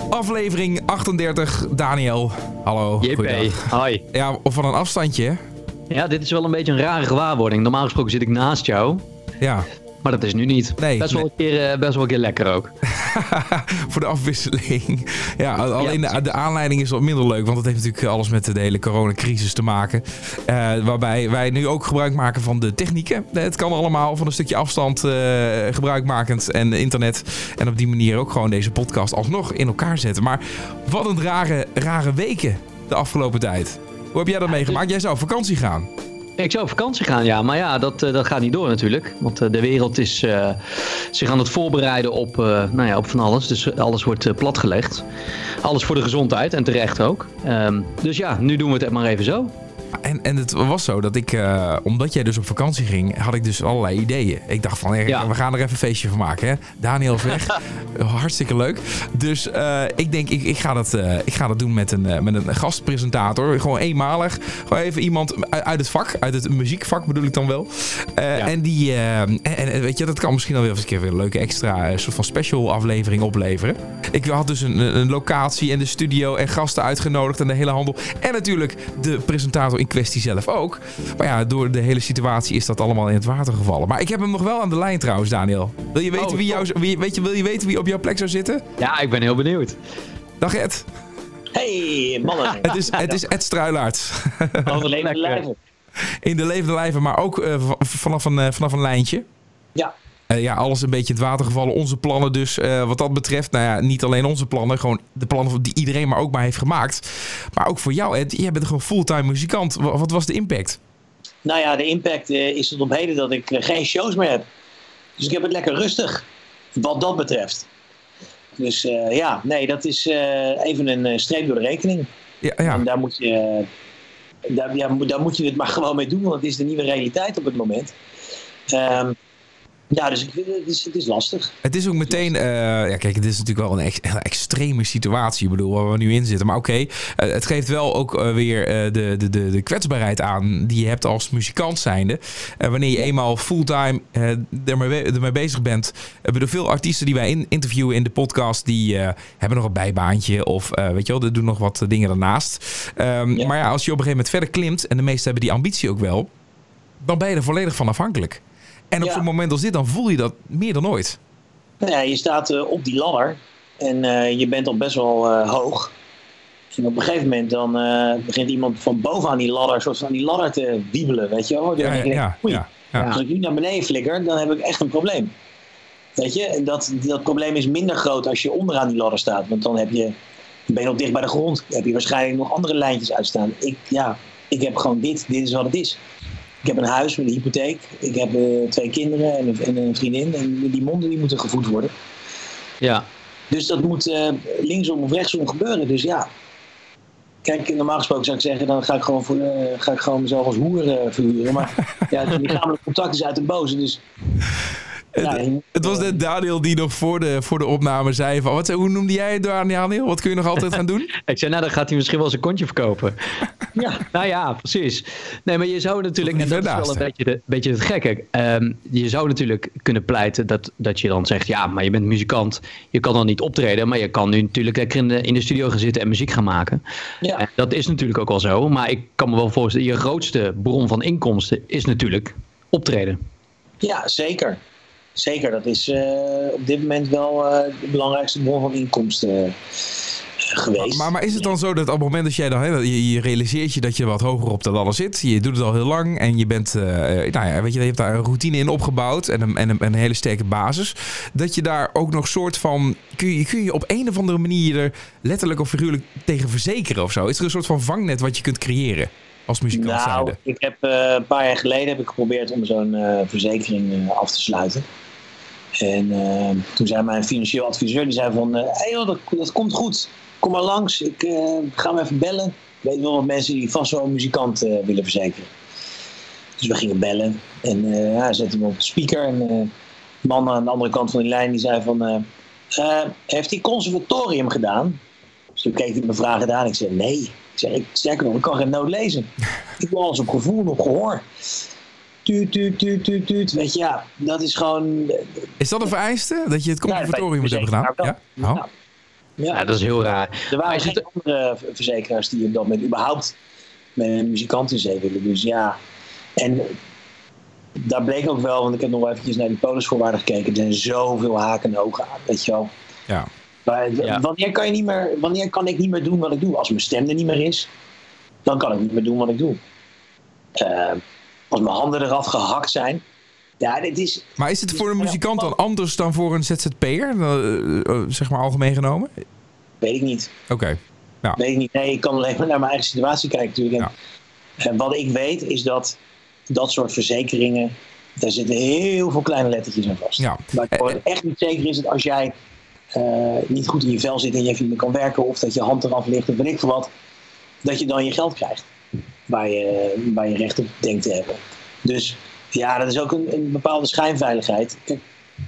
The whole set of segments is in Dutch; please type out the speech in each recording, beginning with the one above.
Aflevering 38. Daniel, hallo. JP, hoi. Ja, of van een afstandje. Ja, dit is wel een beetje een rare gewaarwording. Normaal gesproken zit ik naast jou. Ja. Maar dat is nu niet. Nee, best wel een keer lekker ook. Voor de afwisseling. Ja, alleen de aanleiding is wat minder leuk. Want het heeft natuurlijk alles met de hele coronacrisis te maken. Waarbij wij nu ook gebruik maken van de technieken. Het kan allemaal van een stukje afstand gebruikmakend en internet. En op die manier ook gewoon deze podcast alsnog in elkaar zetten. Maar wat een rare weken de afgelopen tijd. Hoe heb jij dat meegemaakt? Jij zou op vakantie gaan. Ik zou op vakantie gaan, ja. Maar ja, dat gaat niet door natuurlijk. Want de wereld is zich aan het voorbereiden op van alles. Dus alles wordt platgelegd. Alles voor de gezondheid en terecht ook. Dus ja, nu doen we het maar even zo. En het was zo dat ik, omdat jij dus op vakantie ging, had ik dus allerlei ideeën. Ik dacht van, we gaan er even een feestje van maken. Hè? Daniel is weg. Hartstikke leuk. Dus ik denk, ik ga dat doen met een gastpresentator. Gewoon eenmalig. Gewoon even iemand uit het vak, uit het muziekvak bedoel ik dan wel. En die, en weet je, dat kan misschien wel eens een keer weer een leuke extra soort van special aflevering opleveren. Ik had dus een locatie en de studio en gasten uitgenodigd en de hele handel. En natuurlijk de presentator in kwestie zelf ook. Maar ja, door de hele situatie is dat allemaal in het water gevallen. Maar ik heb hem nog wel aan de lijn trouwens, Daniel. Wil je weten wie op jouw plek zou zitten? Ja, ik ben heel benieuwd. Dag Ed. Hey, mannen. Het is Ed Struilaerts. Van de levende lijven. In de levende lijven, maar ook vanaf een lijntje. Ja. Alles een beetje in het water gevallen. Onze plannen dus, wat dat betreft. Nou ja, niet alleen onze plannen. Gewoon de plannen die iedereen maar ook maar heeft gemaakt. Maar ook voor jou, Ed. Jij bent gewoon fulltime muzikant. Wat was de impact? Nou ja, de impact is tot op heden dat ik geen shows meer heb. Dus ik heb het lekker rustig. Wat dat betreft. Dus dat is even een streep door de rekening. Ja. En daar moet je... Daar moet je het maar gewoon mee doen. Want het is de nieuwe realiteit op het moment. Ja, dus het is lastig. Het is ook meteen... kijk, het is natuurlijk wel een hele extreme situatie. Ik bedoel, waar we nu in zitten. Maar oké, het geeft wel ook weer de kwetsbaarheid aan die je hebt als muzikant zijnde. Wanneer je eenmaal fulltime ermee bezig bent. Veel artiesten die wij interviewen in de podcast, die hebben nog een bijbaantje. Of weet je wel, doen nog wat dingen daarnaast. Maar ja, als je op een gegeven moment verder klimt, en de meesten hebben die ambitie ook wel, dan ben je er volledig van afhankelijk. En op zo'n moment als dit, dan voel je dat meer dan ooit. Nou ja, je staat op die ladder en je bent al best wel hoog. En op een gegeven moment dan begint iemand van bovenaan die ladder, soort van die ladder te wiebelen, weet je wel. Dan denk je, als ik nu naar beneden flikker, dan heb ik echt een probleem. Weet je, en dat probleem is minder groot als je onderaan die ladder staat. Want dan ben je nog dicht bij de grond. Dan heb je waarschijnlijk nog andere lijntjes uitstaan. Ik heb gewoon dit is wat het is. Ik heb een huis met een hypotheek. Ik heb 2 kinderen en een vriendin. En die monden die moeten gevoed worden. Ja. Dus dat moet linksom of rechtsom gebeuren. Dus ja. Kijk, normaal gesproken zou ik zeggen, dan ga ik gewoon mezelf als hoer verhuren. Maar ja, het lichamelijk contact is uit de boze. Dus... Het was net Daniel die nog voor de opname zei van... Hoe noemde jij het, Daniel? Wat kun je nog altijd gaan doen? Ik zei, dan gaat hij misschien wel zijn kontje verkopen. Ja. Nou ja, precies. Nee, maar je zou natuurlijk... En dat is wel een beetje het gekke. Je zou natuurlijk kunnen pleiten dat je dan zegt... Ja, maar je bent muzikant. Je kan dan niet optreden. Maar je kan nu natuurlijk lekker in de studio gaan zitten en muziek gaan maken. Ja. En dat is natuurlijk ook wel zo. Maar ik kan me wel voorstellen... Je grootste bron van inkomsten is natuurlijk optreden. Ja, zeker. Zeker, dat is op dit moment wel de belangrijkste bron van inkomsten geweest. Maar is het dan zo dat op het moment dat jij dan... Je realiseert je dat je wat hoger op de ladder zit. Je doet het al heel lang en je bent... weet je hebt daar een routine in opgebouwd en een hele sterke basis. Dat je daar ook nog soort van... Kun je op een of andere manier er letterlijk of figuurlijk tegen verzekeren of zo? Is er een soort van vangnet wat je kunt creëren? Als muzikant zijnde? Ik heb een paar jaar geleden geprobeerd om zo'n verzekering af te sluiten. En toen zei mijn financieel adviseur, die zei van... dat komt goed, kom maar langs, ik ga hem even bellen. Ik weet wel wat mensen die vast wel een muzikant willen verzekeren. Dus we gingen bellen en hij zette hem op de speaker. En de man aan de andere kant van die lijn die zei van... heeft hij conservatorium gedaan? Dus toen keek hij me vragen aan en ik zei nee. Sterker nog, ik kan geen noot lezen. Ik doe alles op gevoel, op gehoor. Tuut. Weet je, ja, dat is gewoon... Is dat een vereiste? Dat je het conservatorium moet hebben gedaan? Ja? Ja, dat is heel raar. Er waren geen andere verzekeraars die op dat moment überhaupt met een muzikant in zee willen. Dus ja, en daar bleek ook wel, want ik heb nog wel eventjes naar die polisvoorwaarden gekeken. Er zijn zoveel haken en ogen aan, weet je wel. Ja. Maar wanneer kan ik niet meer doen wat ik doe? Als mijn stem er niet meer is, dan kan ik niet meer doen wat ik doe. Als mijn handen eraf gehakt zijn. Ja, dit is... Maar is het voor een muzikant dan anders dan voor een ZZP'er? Zeg maar algemeen genomen? Weet ik niet. Oké. Ja. Weet ik niet. Nee, ik kan alleen maar naar mijn eigen situatie kijken natuurlijk. En wat ik weet is dat soort verzekeringen, daar zitten heel veel kleine lettertjes aan vast. Ja. Maar ik echt niet zeker is het als jij niet goed in je vel zit en je even niet meer kan werken, of dat je hand eraf ligt of weet ik veel wat, dat je dan je geld krijgt waar je recht op denkt te hebben. Dus ja, dat is ook een bepaalde schijnveiligheid. Kijk,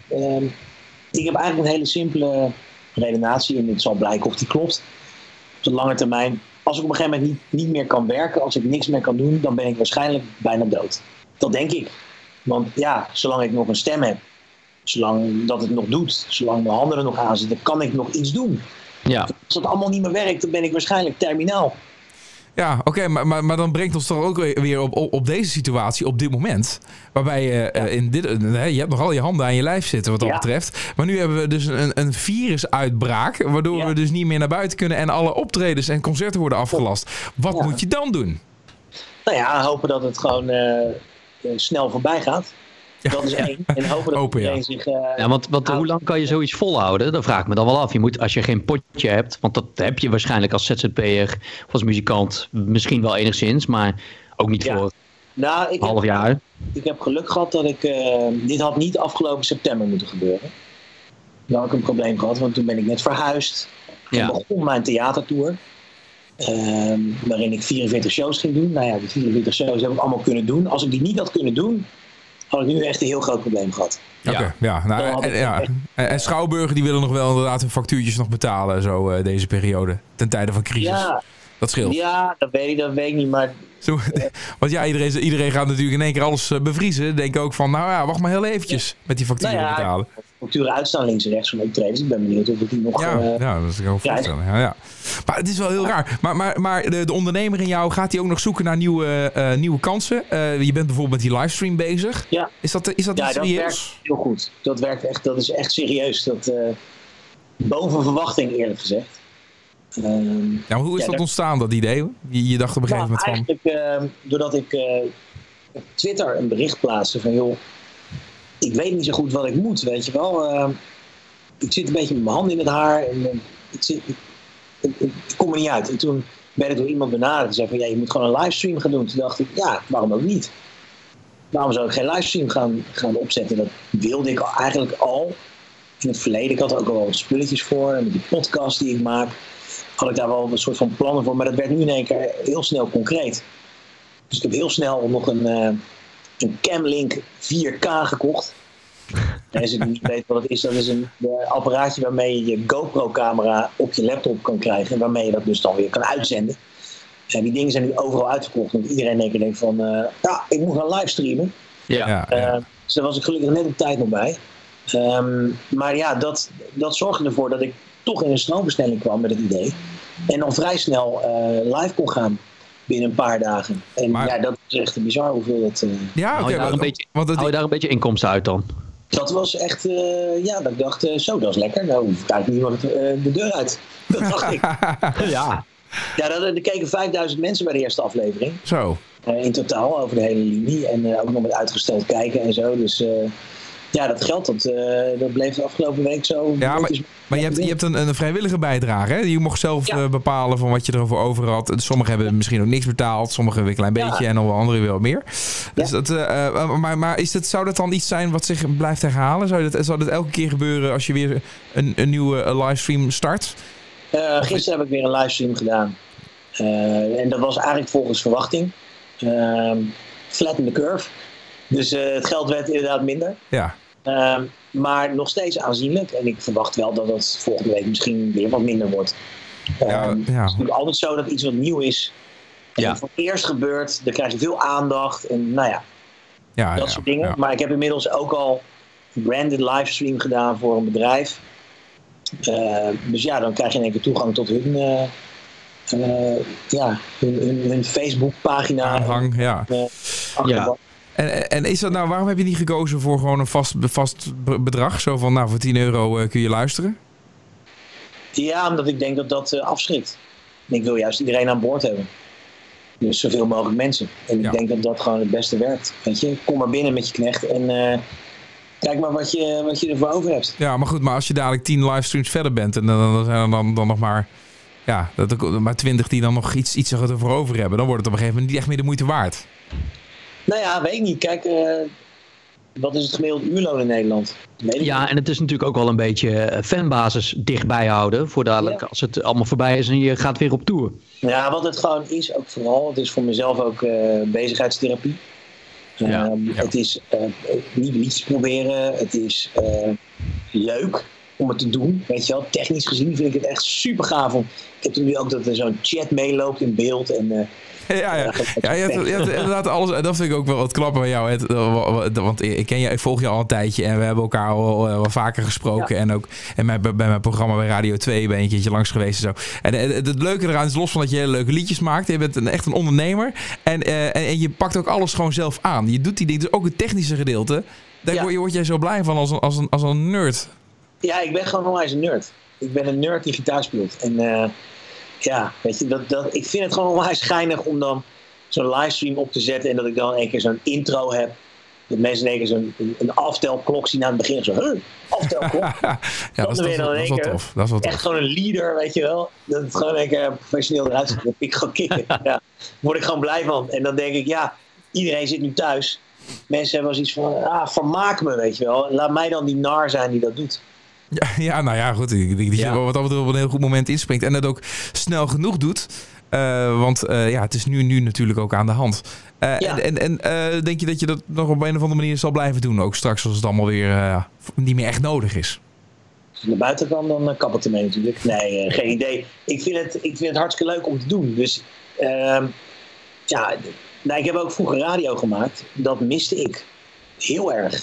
ik heb eigenlijk een hele simpele redenatie en het zal blijken of die klopt. Op de lange termijn, als ik op een gegeven moment niet meer kan werken, als ik niks meer kan doen, dan ben ik waarschijnlijk bijna dood. Dat denk ik. Want ja, zolang ik nog een stem heb, zolang dat het nog doet, zolang mijn handen er nog aan zitten, kan ik nog iets doen. Ja. Als dat allemaal niet meer werkt, dan ben ik waarschijnlijk terminaal. Ja, oké, maar dan brengt ons toch ook weer op deze situatie op dit moment. Waarbij je hebt nog al je handen aan je lijf zitten wat dat betreft. Maar nu hebben we dus een virusuitbraak, waardoor we dus niet meer naar buiten kunnen en alle optredens en concerten worden afgelast. Wat moet je dan doen? Nou ja, hopen dat het gewoon snel voorbij gaat. Dat is één. En hopen dat iedereen zich... want hoe lang kan je zoiets volhouden? Dat vraag ik me dan wel af. Je moet, als je geen potje hebt, want dat heb je waarschijnlijk als ZZP'er of als muzikant misschien wel enigszins, maar ook niet voor een half jaar. Ik heb geluk gehad dat ik... dit had niet afgelopen september moeten gebeuren. Dan had ik een probleem gehad, want toen ben ik net verhuisd. En begon mijn theatertour. Waarin ik 44 shows ging doen. Nou ja, die 44 shows heb ik allemaal kunnen doen. Als ik die niet had kunnen doen, had ik nu echt een heel groot probleem gehad. Oké, en schouwburgen die willen nog wel inderdaad hun factuurtjes nog betalen zo deze periode. Ten tijde van crisis. Ja, dat scheelt. Ja, dat weet ik niet, maar... Want ja, iedereen gaat natuurlijk in één keer alles bevriezen. Denk ook van, nou ja, wacht maar heel eventjes met die facturen betalen. Facturen uitstaan links en rechts van de optredens. Ik ben benieuwd of ik die nog... dat is ook voorstellen. Ja. Maar het is wel heel raar. Maar de ondernemer in jou, gaat hij ook nog zoeken naar nieuwe kansen? Je bent bijvoorbeeld met die livestream bezig. Ja. Is dat iets serieus? Dat werkt heel goed. Dat werkt echt. Dat is echt serieus. Dat boven verwachting, eerlijk gezegd. Hoe is dat ontstaan, dat idee? Je dacht op een gegeven moment van... Eigenlijk doordat ik op Twitter een bericht plaatste van... joh, ik weet niet zo goed wat ik moet, weet je wel. Ik zit een beetje met mijn handen in het haar en ik kom er niet uit. En toen ben ik door iemand benaderd en zei van... je moet gewoon een livestream gaan doen. Toen dacht ik, waarom ook niet? Waarom zou ik geen livestream gaan opzetten? Dat wilde ik eigenlijk al in het verleden. Ik had er ook al wel spulletjes voor. En met die podcast die ik maak, had ik daar wel een soort van plannen voor. Maar dat werd nu in één keer heel snel concreet. Dus ik heb heel snel nog een Camlink 4K gekocht. En als je niet weet wat het is, dat is een apparaatje waarmee je GoPro-camera op je laptop kan krijgen. En waarmee je dat dus dan weer kan uitzenden. En die dingen zijn nu overal uitverkocht. Want iedereen in één keer denkt van, ik moet gaan livestreamen. Dus daar was ik gelukkig net op tijd nog bij. Maar ja, dat zorgde ervoor dat ik toch in een stroombestelling kwam met het idee. En dan vrij snel live kon gaan. Binnen een paar dagen. En dat is echt bizar hoeveel het... hou je daar een beetje inkomsten uit dan? Dat was echt... dat ik dacht, dat is lekker. Nou hoef ik eigenlijk niet meer de deur uit. Dat dacht ik. Ja, er keken 5000 mensen bij de eerste aflevering. Zo. In totaal, over de hele linie. En ook nog met uitgesteld kijken en zo. Dus... dat geld, dat bleef de afgelopen week zo. Ja, maar je hebt een vrijwillige bijdrage. Hè? Je mocht zelf bepalen van wat je erover over had. Sommigen hebben misschien ook niks betaald. Sommigen weer een klein beetje en nog anderen weer wat meer. Ja. Dus maar zou dat dan iets zijn wat zich blijft herhalen? Zou dat elke keer gebeuren als je weer een nieuwe livestream start? Gisteren heb ik weer een livestream gedaan. En dat was eigenlijk volgens verwachting. Flatten the curve. Dus het geld werd inderdaad minder. Ja. Maar nog steeds aanzienlijk. En ik verwacht wel dat het volgende week misschien weer wat minder wordt. Het is natuurlijk altijd zo dat iets wat nieuw is. En voor het eerst gebeurt, dan krijg je veel aandacht. En dat soort dingen. Ja. Maar ik heb inmiddels ook al een branded livestream gedaan voor een bedrijf. Dus ja, dan krijg je in één keer toegang tot hun Facebook-pagina. Aanhang, ja. En is dat nou, waarom heb je niet gekozen voor gewoon een vast bedrag? Zo van, voor €10 kun je luisteren? Ja, omdat ik denk dat dat afschrikt. En ik wil juist iedereen aan boord hebben. Dus zoveel mogelijk mensen. En ik denk dat dat gewoon het beste werkt. Weet je, kom maar binnen met je knecht en kijk maar wat je ervoor over hebt. Ja, maar goed, maar als je dadelijk 10 livestreams verder bent en dan zijn er dan nog maar... Ja, maar 20 die dan nog iets ervoor over hebben, dan wordt het op een gegeven moment niet echt meer de moeite waard. Nou ja, weet ik niet. Kijk, wat is het gemiddelde uurloon in Nederland? Ja, en het is natuurlijk ook wel een beetje fanbasis dichtbij houden. Voor dadelijk als het allemaal voorbij is en je gaat weer op tour. Ja, wat het gewoon is, ook vooral, het is voor mezelf ook bezigheidstherapie. Het is nieuwe liedjes proberen. Het is leuk om het te doen. Weet je wel, technisch gezien vind ik het echt super gaaf. Ik heb nu ook dat er zo'n chat meeloopt in beeld. En, ja, je hebt inderdaad alles. En dat vind ik ook wel wat klappen van jou. Want ik volg je al een tijdje en we hebben elkaar al wel vaker gesproken. Ja. En ook bij mijn programma bij Radio 2 ben je een keertje langs geweest en zo. En het leuke eraan is, los van dat je hele leuke liedjes maakt. Je bent echt een ondernemer. En je pakt ook alles gewoon zelf aan. Je doet die dingen, dus ook het technische gedeelte. Daar word jij zo blij van als een nerd. Ja, ik ben gewoon onwijs een nerd. Ik ben een nerd die gitaar speelt. En weet je, ik vind het gewoon onwijs geinig om dan zo'n livestream op te zetten en dat ik dan een keer zo'n intro heb. Dat mensen in één keer een aftelklok zien aan het begin. Zo, aftelklok. Dat is wel tof. Echt gewoon een leader, weet je wel. Dat het gewoon een keer professioneel eruit ziet. Dat ik gewoon kicken. Daar word ik gewoon blij van. En dan denk ik, iedereen zit nu thuis. Mensen hebben wel zoiets van, vermaak me, weet je wel. Laat mij dan die nar zijn die dat doet. Ja, nou ja, goed. Ik denk dat je wat af en toe op een heel goed moment inspringt. En dat ook snel genoeg doet. Want het is nu natuurlijk ook aan de hand. En denk je dat je dat nog op een of andere manier zal blijven doen? Ook straks als het allemaal weer niet meer echt nodig is. Als ik naar buiten kan, dan kap ik ermee natuurlijk. Nee, geen idee. Ik vind het hartstikke leuk om te doen. Dus ik heb ook vroeger radio gemaakt. Dat miste ik. Heel erg.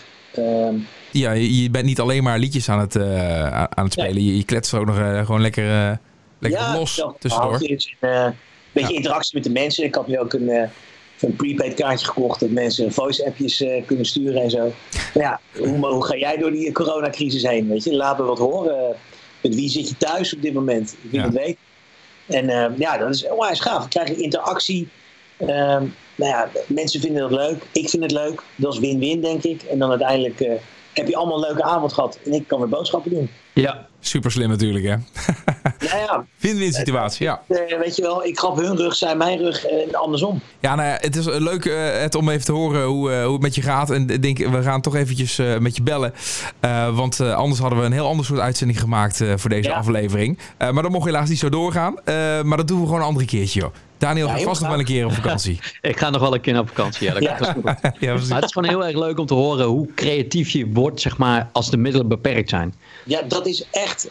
Je bent niet alleen maar liedjes aan het spelen. Nee. Je kletst ook nog gewoon lekker los tussendoor. Een beetje interactie met de mensen. Ik had nu ook een prepaid kaartje gekocht. Dat mensen voice-appjes kunnen sturen en zo. Maar hoe ga jij door die coronacrisis heen? Weet je? Laat me wat horen. Met wie zit je thuis op dit moment? Ik wil het weten. En dat is onwijs gaaf. Dan krijg je interactie. Mensen vinden dat leuk. Ik vind het leuk. Dat is win-win, denk ik. En dan uiteindelijk heb je allemaal een leuke avond gehad. En ik kan weer boodschappen doen. Ja, super slim natuurlijk, hè? Win-win situatie, ja. Weet je wel, ik grap hun rug, zij mijn rug en andersom. Ja, het is leuk om even te horen hoe het met je gaat. En ik denk, we gaan toch eventjes met je bellen. Want anders hadden we een heel ander soort uitzending gemaakt voor deze aflevering. Maar dat mocht helaas niet zo doorgaan. Maar dat doen we gewoon een andere keertje, joh. Daniel gaat vast nog wel een keer op vakantie. Ik ga nog wel een keer op vakantie. Maar het is gewoon heel erg leuk om te horen hoe creatief je wordt, zeg maar, als de middelen beperkt zijn. Ja, dat is echt...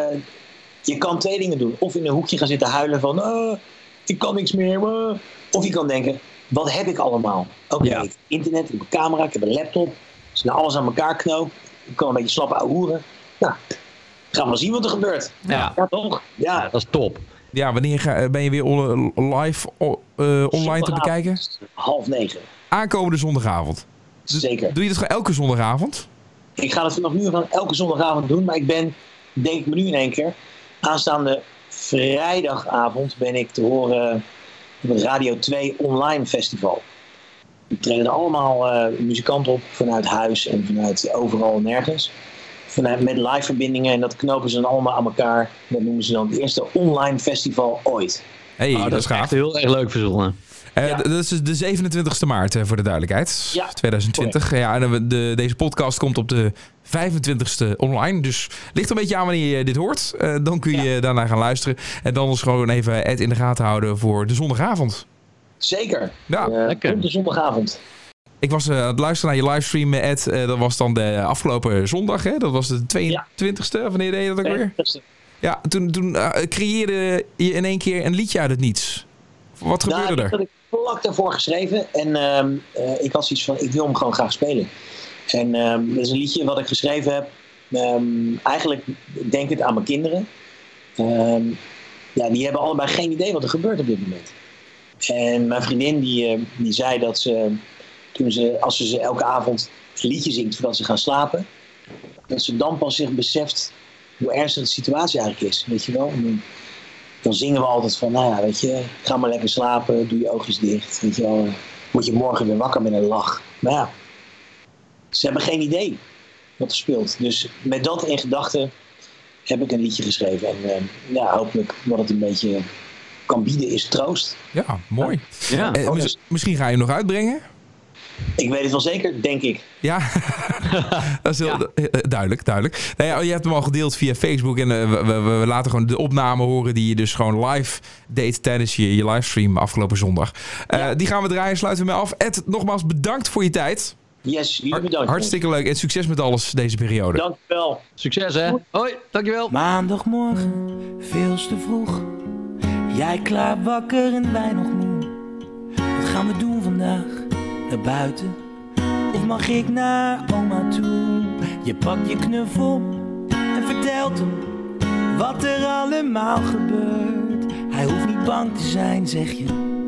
je kan 2 dingen doen. Of in een hoekje gaan zitten huilen van... ik kan niks meer. Of je kan denken, wat heb ik allemaal? Oké, ik heb internet, ik heb een camera, ik heb een laptop. Als ik nou alles aan elkaar knoop, ik kan een beetje slappe ouwehoeren. Nou, gaan we wel zien wat er gebeurt. Ja toch? Ja, dat is top. Ja, wanneer ben je weer live online te bekijken? 20:30. Aankomende zondagavond. Zeker. Doe je dat gewoon elke zondagavond? Ik ga het vanaf nu van elke zondagavond doen. Maar ik ben, denk ik me nu in één keer... Aanstaande vrijdagavond ben ik te horen op het Radio 2 online festival. Er treden allemaal muzikanten op vanuit huis en vanuit overal nergens. Met live verbindingen en dat knopen ze dan allemaal aan elkaar. Dat noemen ze dan het eerste online festival ooit. Hey, dat is gaaf. Echt heel erg leuk verzonnen. Dat is de 27e maart voor de duidelijkheid. Ja, 2020. Correct. Ja, en deze podcast komt op de 25e online. Dus ligt een beetje aan wanneer je dit hoort. Dan kun je daarna gaan luisteren. En dan is gewoon even Ed in de gaten houden voor de zondagavond. Zeker. Ja. Lekker. Op de zondagavond. Ik was aan het luisteren naar je livestream, Ed. Dat was dan de afgelopen zondag. Hè? Dat was de 22e. Wanneer deed je dat ook weer? Ja, toen creëerde je in één keer een liedje uit het niets. Wat gebeurde er? Dat ik vlak daarvoor geschreven. En ik had zoiets van, ik wil hem gewoon graag spelen. En dat is een liedje wat ik geschreven heb Eigenlijk denkend aan mijn kinderen. Die hebben allebei geen idee wat er gebeurt op dit moment. En mijn vriendin die zei dat als ze elke avond een liedje zingt voordat ze gaan slapen, dat ze dan pas zich beseft hoe ernstig de situatie eigenlijk is. Weet je wel? Dan zingen we altijd van, weet je, ga maar lekker slapen, doe je oogjes dicht. Weet je wel, word je morgen weer wakker met een lach. Maar ja, ze hebben geen idee wat er speelt. Dus met dat in gedachten heb ik een liedje geschreven. En hopelijk wat het een beetje kan bieden is troost. Ja, mooi. Ja. Misschien ga je hem nog uitbrengen? Ik weet het wel zeker, denk ik. Ja, dat is heel duidelijk. Nou ja, je hebt hem al gedeeld via Facebook en we laten gewoon de opname horen die je dus gewoon live deed tijdens je livestream afgelopen zondag. Die gaan we draaien, sluiten we mee af. Ed, nogmaals bedankt voor je tijd. Yes, jullie bedankt. Hartstikke leuk en succes met alles deze periode. Dankjewel. Succes hè. Hoi, dankjewel. Maandagmorgen, veel te vroeg. Jij klaar wakker en wij nog moe. Wat gaan we doen vandaag? Naar buiten? Of mag ik naar oma toe? Je pakt je knuffel en vertelt hem wat er allemaal gebeurt. Hij hoeft niet bang te zijn, zeg je.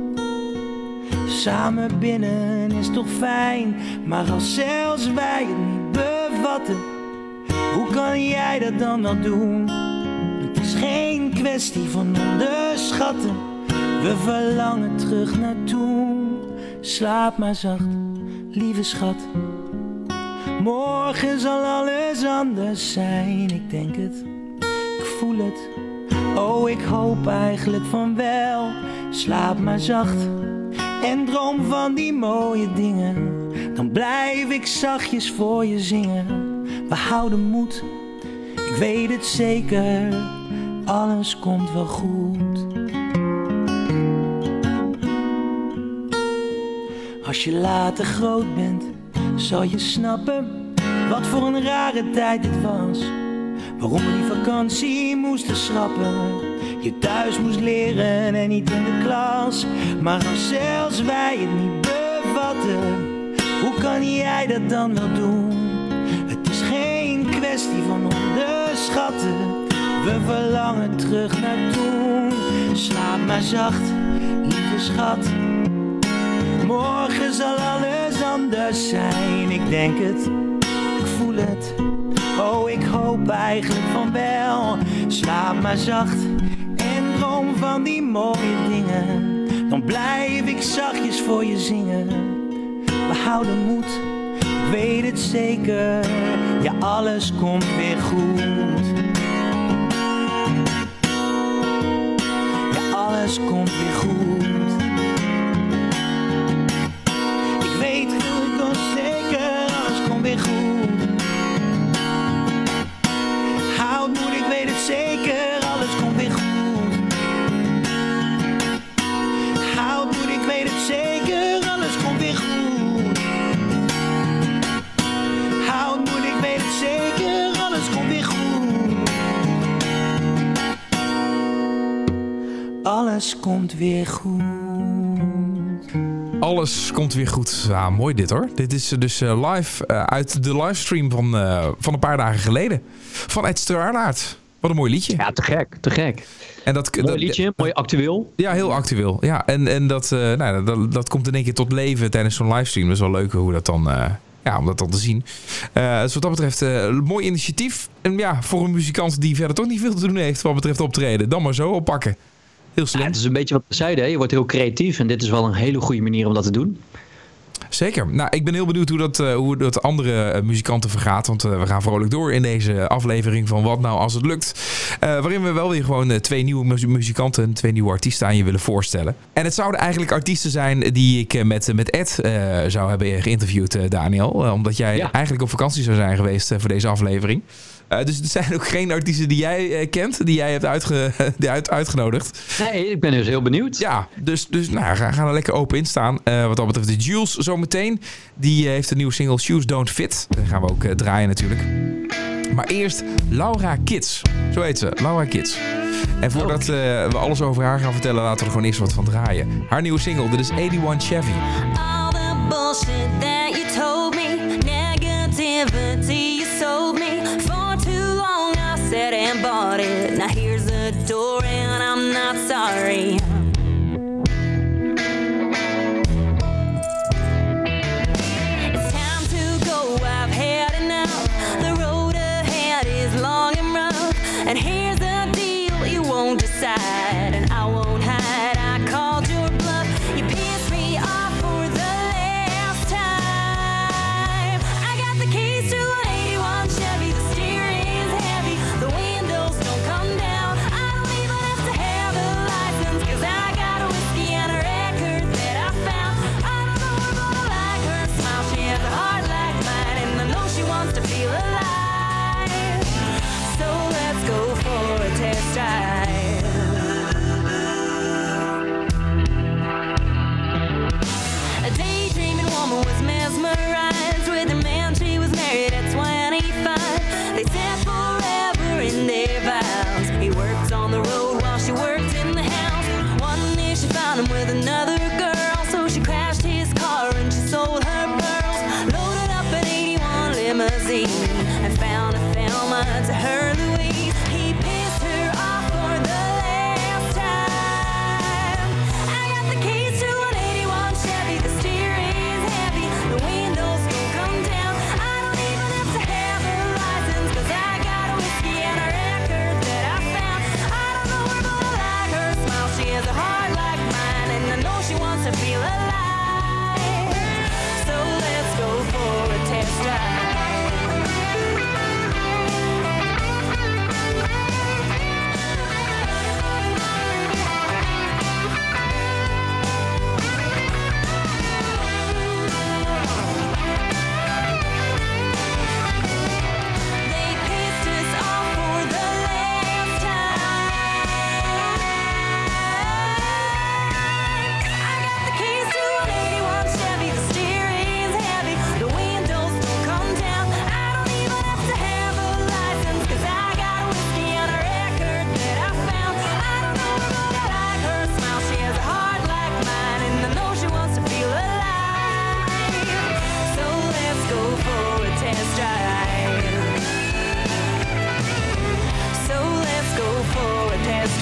Samen binnen is toch fijn, maar als zelfs wij het niet bevatten, hoe kan jij dat dan wel doen? Het is geen kwestie van onderschatten, we verlangen terug naar toen. Slaap maar zacht, lieve schat. Morgen zal alles anders zijn, ik denk het, ik voel het. Oh, ik hoop eigenlijk van wel. Slaap maar zacht en droom van die mooie dingen. Dan blijf ik zachtjes voor je zingen. We houden moed, ik weet het zeker. Alles komt wel goed. Als je later groot bent, zal je snappen wat voor een rare tijd dit was. Waarom we die vakantie moesten schrappen. Je thuis moest leren en niet in de klas. Maar als zelfs wij het niet bevatten, hoe kan jij dat dan wel doen? Het is geen kwestie van onderschatten, we verlangen terug naar toen. Slaap maar zacht, lieve schat. Morgen zal alles anders zijn, ik denk het, ik voel het. Oh, ik hoop eigenlijk van wel. Slaap maar zacht en droom van die mooie dingen. Dan blijf ik zachtjes voor je zingen. We houden moed, ik weet het zeker. Ja, alles komt weer goed. Ja, alles komt weer goed. Ik weet goed nog zeker, alles komt weer goed. Houd moed, ik weet het zeker, alles komt weer goed. Houd moed, ik weet het zeker, alles komt weer goed. Houd moed, ik weet het zeker, alles komt weer goed. Alles komt weer goed. Alles komt weer goed. Ja, mooi dit hoor. Dit is dus live uit de livestream van een paar dagen geleden. Van Ed Straalaert. Wat een mooi liedje. Ja, te gek, te gek. En mooi liedje, mooi actueel. Ja, heel actueel. Ja, en dat komt in één keer tot leven tijdens zo'n livestream. Dat is wel leuk hoe dat dan... om dat dan te zien. Dus wat dat betreft, een mooi initiatief. En ja, voor een muzikant die verder toch niet veel te doen heeft wat betreft optreden. Dan maar zo oppakken. Heel slim. Ja, het is een beetje wat we zeiden. Hè? Je wordt heel creatief. En dit is wel een hele goede manier om dat te doen. Zeker. Nou, ik ben heel benieuwd hoe dat andere muzikanten vergaat. Want we gaan vrolijk door in deze aflevering van Wat Nou Als Het Lukt. Waarin we wel weer gewoon 2 nieuwe muzikanten, 2 nieuwe artiesten aan je willen voorstellen. En het zouden eigenlijk artiesten zijn die ik met Ed zou hebben geïnterviewd, Daniel. Omdat jij eigenlijk op vakantie zou zijn geweest voor deze aflevering. Dus er zijn ook geen artiesten die jij kent, die jij hebt uitgenodigd. Nee, ik ben dus heel benieuwd. Ja, dus ga er lekker open in staan. Wat dat betreft de Jules zometeen. Die heeft een nieuwe single Shoes Don't Fit. Dat gaan we ook draaien natuurlijk. Maar eerst Laura Kids. Zo heet ze, Laura Kids. En voordat we alles over haar gaan vertellen, laten we er gewoon eerst wat van draaien. Haar nieuwe single, dit is 81 Chevy. All the bullshit that you told me, negativity you sold me. 14 and bought it. Now here's the door and I'm not sorry. It's time to go, I've had enough. The road ahead is long and rough. And here's the deal, you won't decide, and I won't hide. I called your bluff, you pissed me off for the last time. I got the keys to an 81 Chevy, the steering's heavy, the windows don't come down. I don't even have to have a license, 'cause I got a whiskey and a record that I found. I don't know her, but I like her smile. She has a heart like mine, and I know she wants to feel alive. So let's go for a test drive. A daydreaming woman was mesmerized with a man. She was married at 25. They said forever in their vows. He worked on the road while she worked in the house. One day she found him with another girl, so she crashed his car and she sold her pearls. Loaded up an 81 limousine and found a Thelma to her Louise. He pissed her off for the last time. I got the keys to an 81 Chevy, the steering's heavy, the windows don't come down. I don't even have to have a license, 'cause I got a whiskey and a record that I found. I don't know her, but I like her smile. She has a heart like mine, and I know she wants to feel alive. So let's go for a test drive. They pissed us off for the last time. I got the keys to an 81 Chevy, the steering's heavy, the windows don't come down. I don't even have to have a license, 'cause I got a whiskey and a record that I found. I don't know her, but I like her smile. She has a heart like mine, and I know she wants to feel alive. So let's go for a test drive. So let's go for a test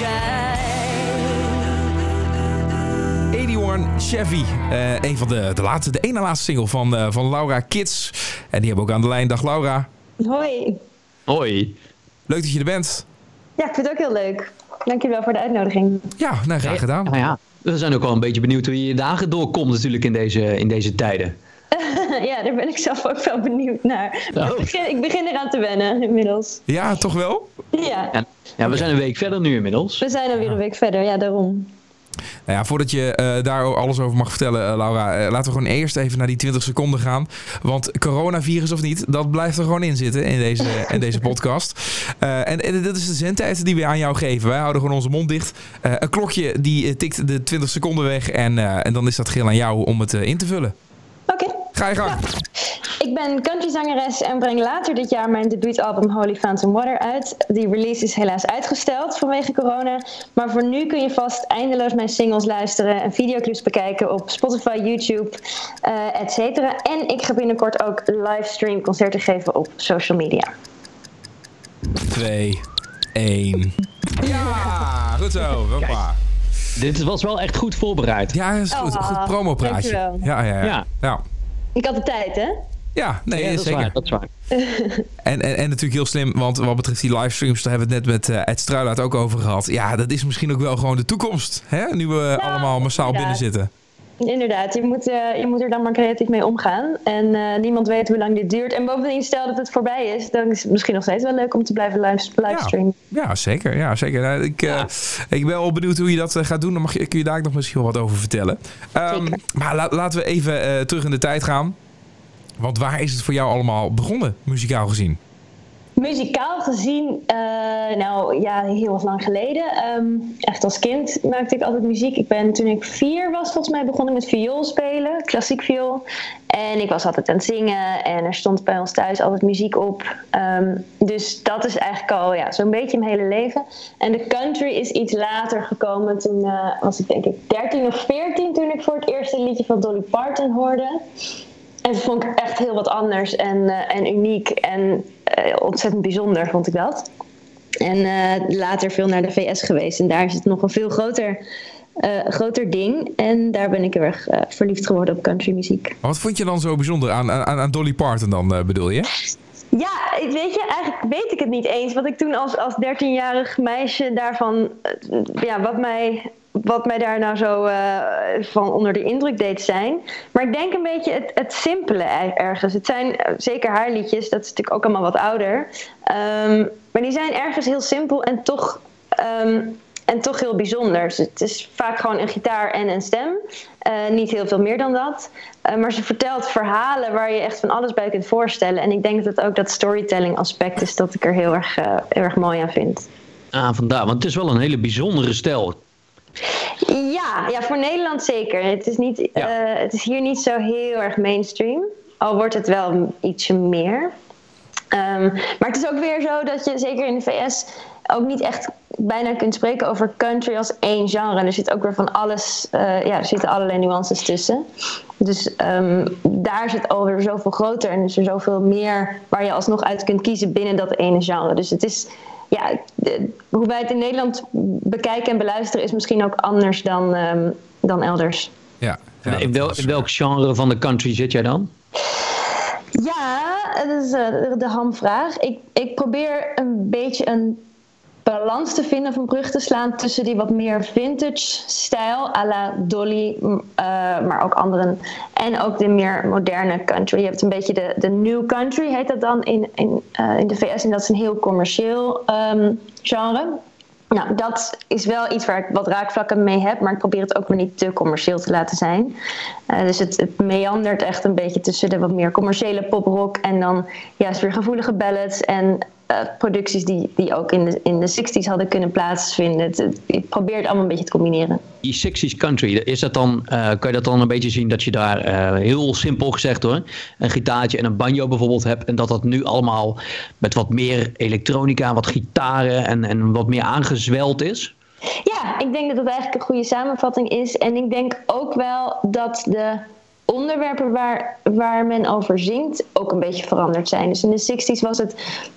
drive. 81 Chevy. Een van de ene laatste single van Laura Kids. En die hebben we ook aan de lijn. Dag Laura. Hoi. Hoi. Leuk dat je er bent. Ja, ik vind het ook heel leuk. Dankjewel voor de uitnodiging. Ja, nou, graag gedaan. Nou ja, we zijn ook wel een beetje benieuwd hoe je je dagen doorkomt natuurlijk in deze tijden. Ja, daar ben ik zelf ook wel benieuwd naar. Maar Oh. ik begin eraan te wennen inmiddels. Ja, toch wel? Ja, Ja, we zijn een week verder nu inmiddels. we zijn alweer een week verder. Ja, daarom. Nou ja, voordat je daar alles over mag vertellen, Laura, laten we gewoon eerst even naar die 20 seconden gaan. Want coronavirus of niet, dat blijft er gewoon in zitten in deze podcast. En dat is de zendtijd die we aan jou geven. Wij houden gewoon onze mond dicht. Een klokje die tikt de 20 seconden weg en dan is dat geheel aan jou om het in te vullen. Oké. Ga je gang. Ja. Ik ben countryzangeres en breng later dit jaar mijn debuutalbum Holy Fountain Water uit. Die release is helaas uitgesteld vanwege corona. Maar voor nu kun je vast eindeloos mijn singles luisteren en videoclips bekijken op Spotify, YouTube, et cetera. En ik ga binnenkort ook livestream concerten geven op social media. 2, 1. Ja, goed zo. Hoppa. Dit was wel echt goed voorbereid. Ja, dat is goed. Goed promopraatje. dankjewel. Ja. Ik had de tijd, hè? Ja, nee, Ja, dat is zeker. waar, dat is waar. En natuurlijk heel slim, want wat betreft die livestreams, daar hebben we het net met Ed Struijlaat het ook over gehad. Ja, dat is misschien ook wel gewoon de toekomst, hè? Nu we allemaal massaal binnen zitten. Inderdaad, je moet er dan maar creatief mee omgaan. En niemand weet hoe lang dit duurt. En bovendien, stel dat het voorbij is, dan is het misschien nog steeds wel leuk om te blijven livestreamen. Ja, zeker. Ja, zeker. Nou, ik ben wel benieuwd hoe je dat gaat doen. Dan kun je daar nog misschien wel wat over vertellen. Maar laten we even terug in de tijd gaan. Want waar is het voor jou allemaal begonnen, muzikaal gezien? Muzikaal gezien, heel lang geleden. Echt als kind maakte ik altijd muziek. Toen ik 4 was, volgens mij begon ik met viool spelen, klassiek viool. En ik was altijd aan het zingen en er stond bij ons thuis altijd muziek op. Dus dat is eigenlijk al zo'n beetje mijn hele leven. En de country is iets later gekomen. Toen was ik denk ik 13 of 14 toen ik voor het eerst een liedje van Dolly Parton hoorde. En dat vond ik echt heel wat anders en uniek en ontzettend bijzonder vond ik dat. En later veel naar de VS geweest. En daar is het nog een veel groter ding. En daar ben ik heel erg verliefd geworden op countrymuziek. Wat vond je dan zo bijzonder aan Dolly Parton dan, bedoel je? Ja, weet je, eigenlijk weet ik het niet eens. Wat ik toen als 13-jarig meisje daarvan... wat mij daar nou zo van onder de indruk deed zijn. Maar ik denk een beetje het simpele ergens. Het zijn zeker haar liedjes, dat is natuurlijk ook allemaal wat ouder. Maar die zijn ergens heel simpel en toch heel bijzonder. Dus het is vaak gewoon een gitaar en een stem. Niet heel veel meer dan dat. Maar ze vertelt verhalen waar je echt van alles bij kunt voorstellen. En ik denk dat het ook dat storytelling aspect is dat ik er heel erg mooi aan vind. Vandaar, want het is wel een hele bijzondere stijl. Ja, voor Nederland zeker. Het is hier niet zo heel erg mainstream. Al wordt het wel ietsje meer. Maar het is ook weer zo dat je zeker in de VS ook niet echt bijna kunt spreken over country als één genre. Er zit ook weer van alles, er zitten allerlei nuances tussen. Dus daar is het alweer zoveel groter en is er zoveel meer waar je alsnog uit kunt kiezen binnen dat ene genre. Dus het is... Ja, hoe wij het in Nederland bekijken en beluisteren is misschien ook anders dan elders. Ja, in welk genre van de country zit jij dan? Ja, dat is de hamvraag. Ik probeer een beetje een balans te vinden of een brug te slaan tussen die wat meer vintage stijl à la Dolly, maar ook anderen. En ook de meer moderne country. Je hebt een beetje de new country, heet dat dan in de VS. En dat is een heel commercieel genre. Nou, dat is wel iets waar ik wat raakvlakken mee heb, maar ik probeer het ook weer niet te commercieel te laten zijn. Dus het meandert echt een beetje tussen de wat meer commerciële poprock en dan juist weer gevoelige ballads en producties die ook in de 60s hadden kunnen plaatsvinden. Ik probeer het allemaal een beetje te combineren. Die 60s country, is dat dan, kan je dat dan een beetje zien dat je daar heel simpel gezegd hoor, een gitaartje en een banjo bijvoorbeeld hebt en dat nu allemaal met wat meer elektronica, wat gitaren en wat meer aangezweld is? Ja, ik denk dat dat eigenlijk een goede samenvatting is. En ik denk ook wel dat de onderwerpen waar men over zingt ook een beetje veranderd zijn. Dus in de 60s was het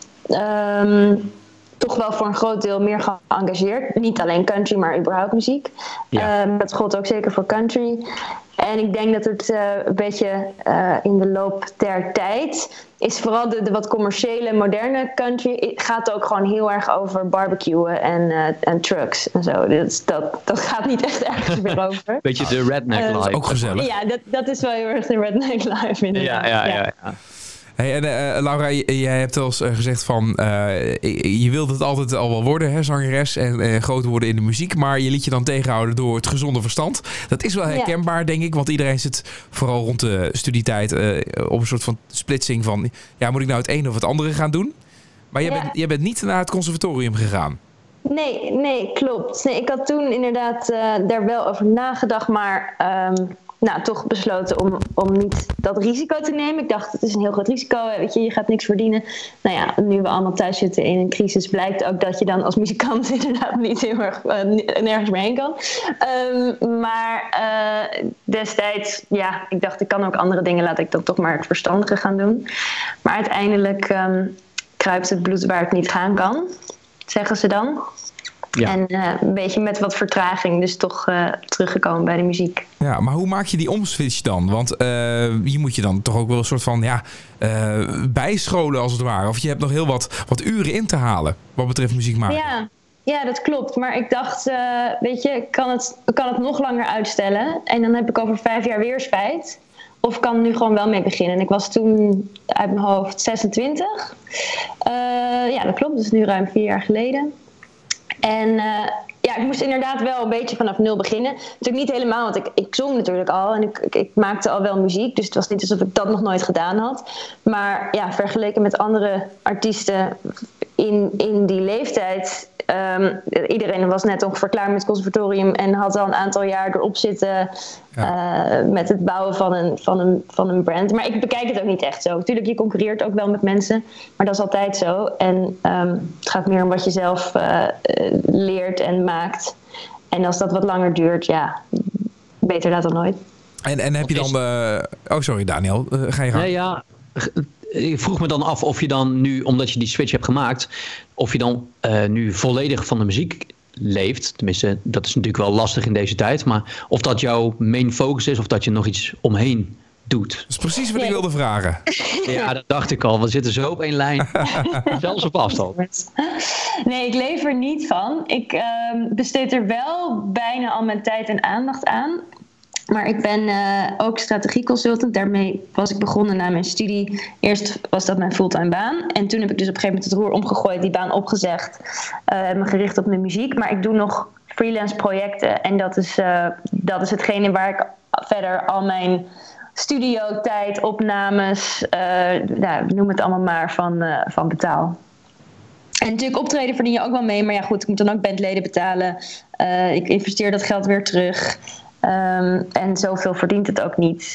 toch wel voor een groot deel meer geëngageerd. Niet alleen country, maar überhaupt muziek. Ja. Dat gold ook zeker voor country. En ik denk dat het een beetje in de loop der tijd is vooral de wat commerciële, moderne country gaat ook gewoon heel erg over barbecuen en trucks en zo. Dus dat gaat niet echt ergens meer over. Beetje de redneck life. Ook gezellig. Ja, dat is wel heel erg de redneck life inderdaad. Ja. Hey, en Laura, jij hebt wel eens gezegd van... je wilt het altijd al wel worden, hè, zangeres en groot worden in de muziek... maar je liet je dan tegenhouden door het gezonde verstand. Dat is wel herkenbaar, denk ik, want iedereen zit vooral rond de studietijd... op een soort van splitsing van... ja, moet ik nou het een of het andere gaan doen? Maar jij bent niet naar het conservatorium gegaan. Nee, klopt. Nee, ik had toen inderdaad daar wel over nagedacht, maar... toch besloten om niet dat risico te nemen. Ik dacht, het is een heel groot risico. Weet je gaat niks verdienen. Nou ja, nu we allemaal thuis zitten in een crisis... blijkt ook dat je dan als muzikant inderdaad niet heel erg nergens meer heen kan. Maar destijds, ik dacht, ik kan ook andere dingen. Laat ik dan toch maar het verstandige gaan doen. Maar uiteindelijk kruipt het bloed waar het niet gaan kan. Zeggen ze dan. Ja. En een beetje met wat vertraging dus toch teruggekomen bij de muziek. Ja, maar hoe maak je die omswitch dan? Want hier moet je dan toch ook wel een soort van bijscholen als het ware. Of je hebt nog heel wat uren in te halen wat betreft muziek maken. Ja, dat klopt. Maar ik dacht, ik kan het nog langer uitstellen. En dan heb ik over 5 jaar weer spijt. Of kan nu gewoon wel mee beginnen. En ik was toen uit mijn hoofd 26. Dat klopt. Dat is nu ruim 4 jaar geleden. En ik moest inderdaad wel een beetje vanaf nul beginnen. Natuurlijk niet helemaal, want ik zong natuurlijk al. En ik maakte al wel muziek. Dus het was niet alsof ik dat nog nooit gedaan had. Maar ja, vergeleken met andere artiesten in die leeftijd... iedereen was net ongeveer klaar met het conservatorium... en had al een aantal jaar erop zitten... met het bouwen van een brand. Maar ik bekijk het ook niet echt zo. Natuurlijk, je concurreert ook wel met mensen. Maar dat is altijd zo. En het gaat meer om wat je zelf leert en maakt. En als dat wat langer duurt, beter laat dan nooit. En heb je dan... sorry Daniel, ga je gang? Nee, ik vroeg me dan af of je dan nu, omdat je die switch hebt gemaakt, of je dan nu volledig van de muziek leeft. Tenminste, dat is natuurlijk wel lastig in deze tijd. Maar of dat jouw main focus is of dat je nog iets omheen doet. Dat is precies wat ik wilde vragen. Ja, dat dacht ik al. We zitten zo op één lijn. Zelfs op afstand. Nee, ik leef er niet van. Ik besteed er wel bijna al mijn tijd en aandacht aan. Maar ik ben ook strategieconsultant. Daarmee was ik begonnen na mijn studie. Eerst was dat mijn fulltime baan. En toen heb ik dus op een gegeven moment het roer omgegooid. Die baan opgezegd. Me gericht op de muziek. Maar ik doe nog freelance projecten. En dat is hetgene waar ik verder al mijn studiotijd, opnames, noem het allemaal maar, van betaal. En natuurlijk optreden verdien je ook wel mee. Maar ja goed, ik moet dan ook bandleden betalen. Ik investeer dat geld weer terug. En zoveel verdient het ook niet.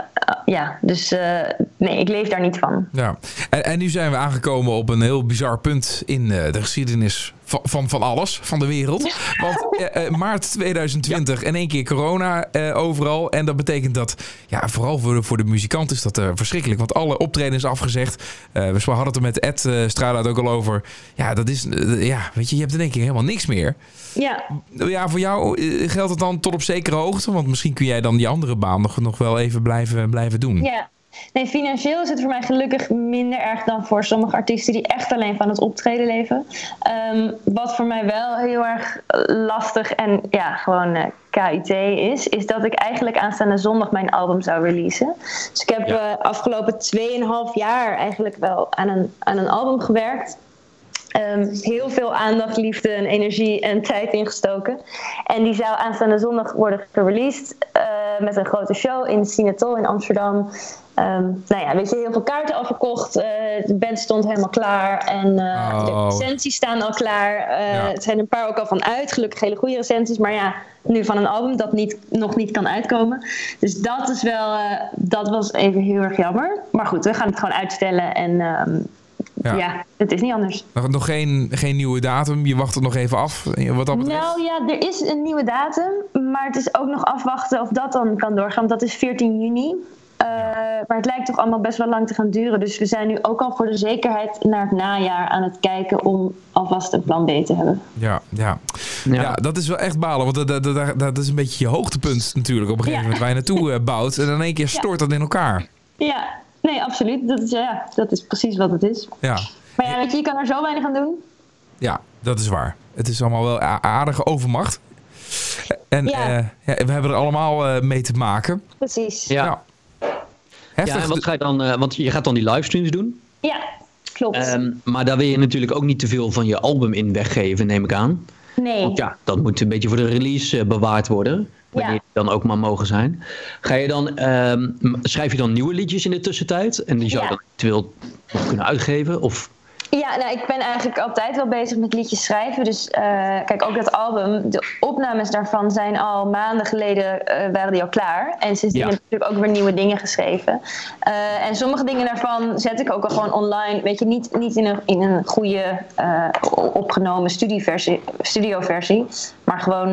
Dus nee, ik leef daar niet van. Ja. En nu zijn we aangekomen op een heel bizar punt in de geschiedenis van alles, van de wereld. Want maart 2020 en 1 keer corona overal. En dat betekent dat, vooral voor de muzikant is dat verschrikkelijk. Want alle optredens afgezegd. We hadden het er met Ed Strada ook al over. Ja, dat is, weet je hebt in 1 keer helemaal niks meer. Ja. Ja, voor jou geldt het dan tot op zekere hoogte? Want misschien kun jij dan die andere baan nog wel even blijven doen. Ja. Nee, financieel is het voor mij gelukkig minder erg dan voor sommige artiesten die echt alleen van het optreden leven. Wat voor mij wel heel erg lastig en gewoon KIT is dat ik eigenlijk aanstaande zondag mijn album zou releasen. Dus ik heb afgelopen 2,5 jaar eigenlijk wel aan een album gewerkt. Heel veel aandacht, liefde en energie en tijd ingestoken. En die zou aanstaande zondag worden gereleased met een grote show in Sinatol in Amsterdam. Weet je, heel veel kaarten al verkocht. De band stond helemaal klaar. En de recensies staan al klaar. Het zijn een paar ook al van uit. Gelukkig hele goede recensies. Maar nu van een album dat nog niet kan uitkomen. Dus dat is wel... dat was even heel erg jammer. Maar goed, we gaan het gewoon uitstellen. En het is niet anders. Nog geen nieuwe datum? Je wacht het nog even af? Wat dat betreft? Nou ja, er is een nieuwe datum. Maar het is ook nog afwachten of dat dan kan doorgaan. Want dat is 14 juni. Maar het lijkt toch allemaal best wel lang te gaan duren. Dus we zijn nu ook al voor de zekerheid naar het najaar aan het kijken om alvast een plan B te hebben. Ja, dat is wel echt balen. Want dat is een beetje je hoogtepunt natuurlijk op een gegeven moment waar je naartoe bouwt. En in 1 keer stort dat in elkaar. Ja, nee, absoluut. Dat is precies wat het is. Ja. Maar weet je kan er zo weinig aan doen. Ja, dat is waar. Het is allemaal wel aardige overmacht. En we hebben er allemaal mee te maken. Precies. Ja. Heftig. En wat ga je dan? Want je gaat dan die livestreams doen. Ja, klopt. Maar daar wil je natuurlijk ook niet te veel van je album in weggeven, neem ik aan. Nee. Want dat moet een beetje voor de release bewaard worden. Wanneer die dan ook maar mogen zijn. Ga je dan, schrijf je dan nieuwe liedjes in de tussentijd? En die zou je dan eventueel nog kunnen uitgeven? Of... Ja, ik ben eigenlijk altijd wel bezig met liedjes schrijven. Dus kijk, ook dat album, de opnames daarvan zijn al maanden geleden waren die al klaar. En sindsdien heb ik natuurlijk ook weer nieuwe dingen geschreven. En sommige dingen daarvan zet ik ook al gewoon online. Weet je, niet in een goede opgenomen studioversie. Maar gewoon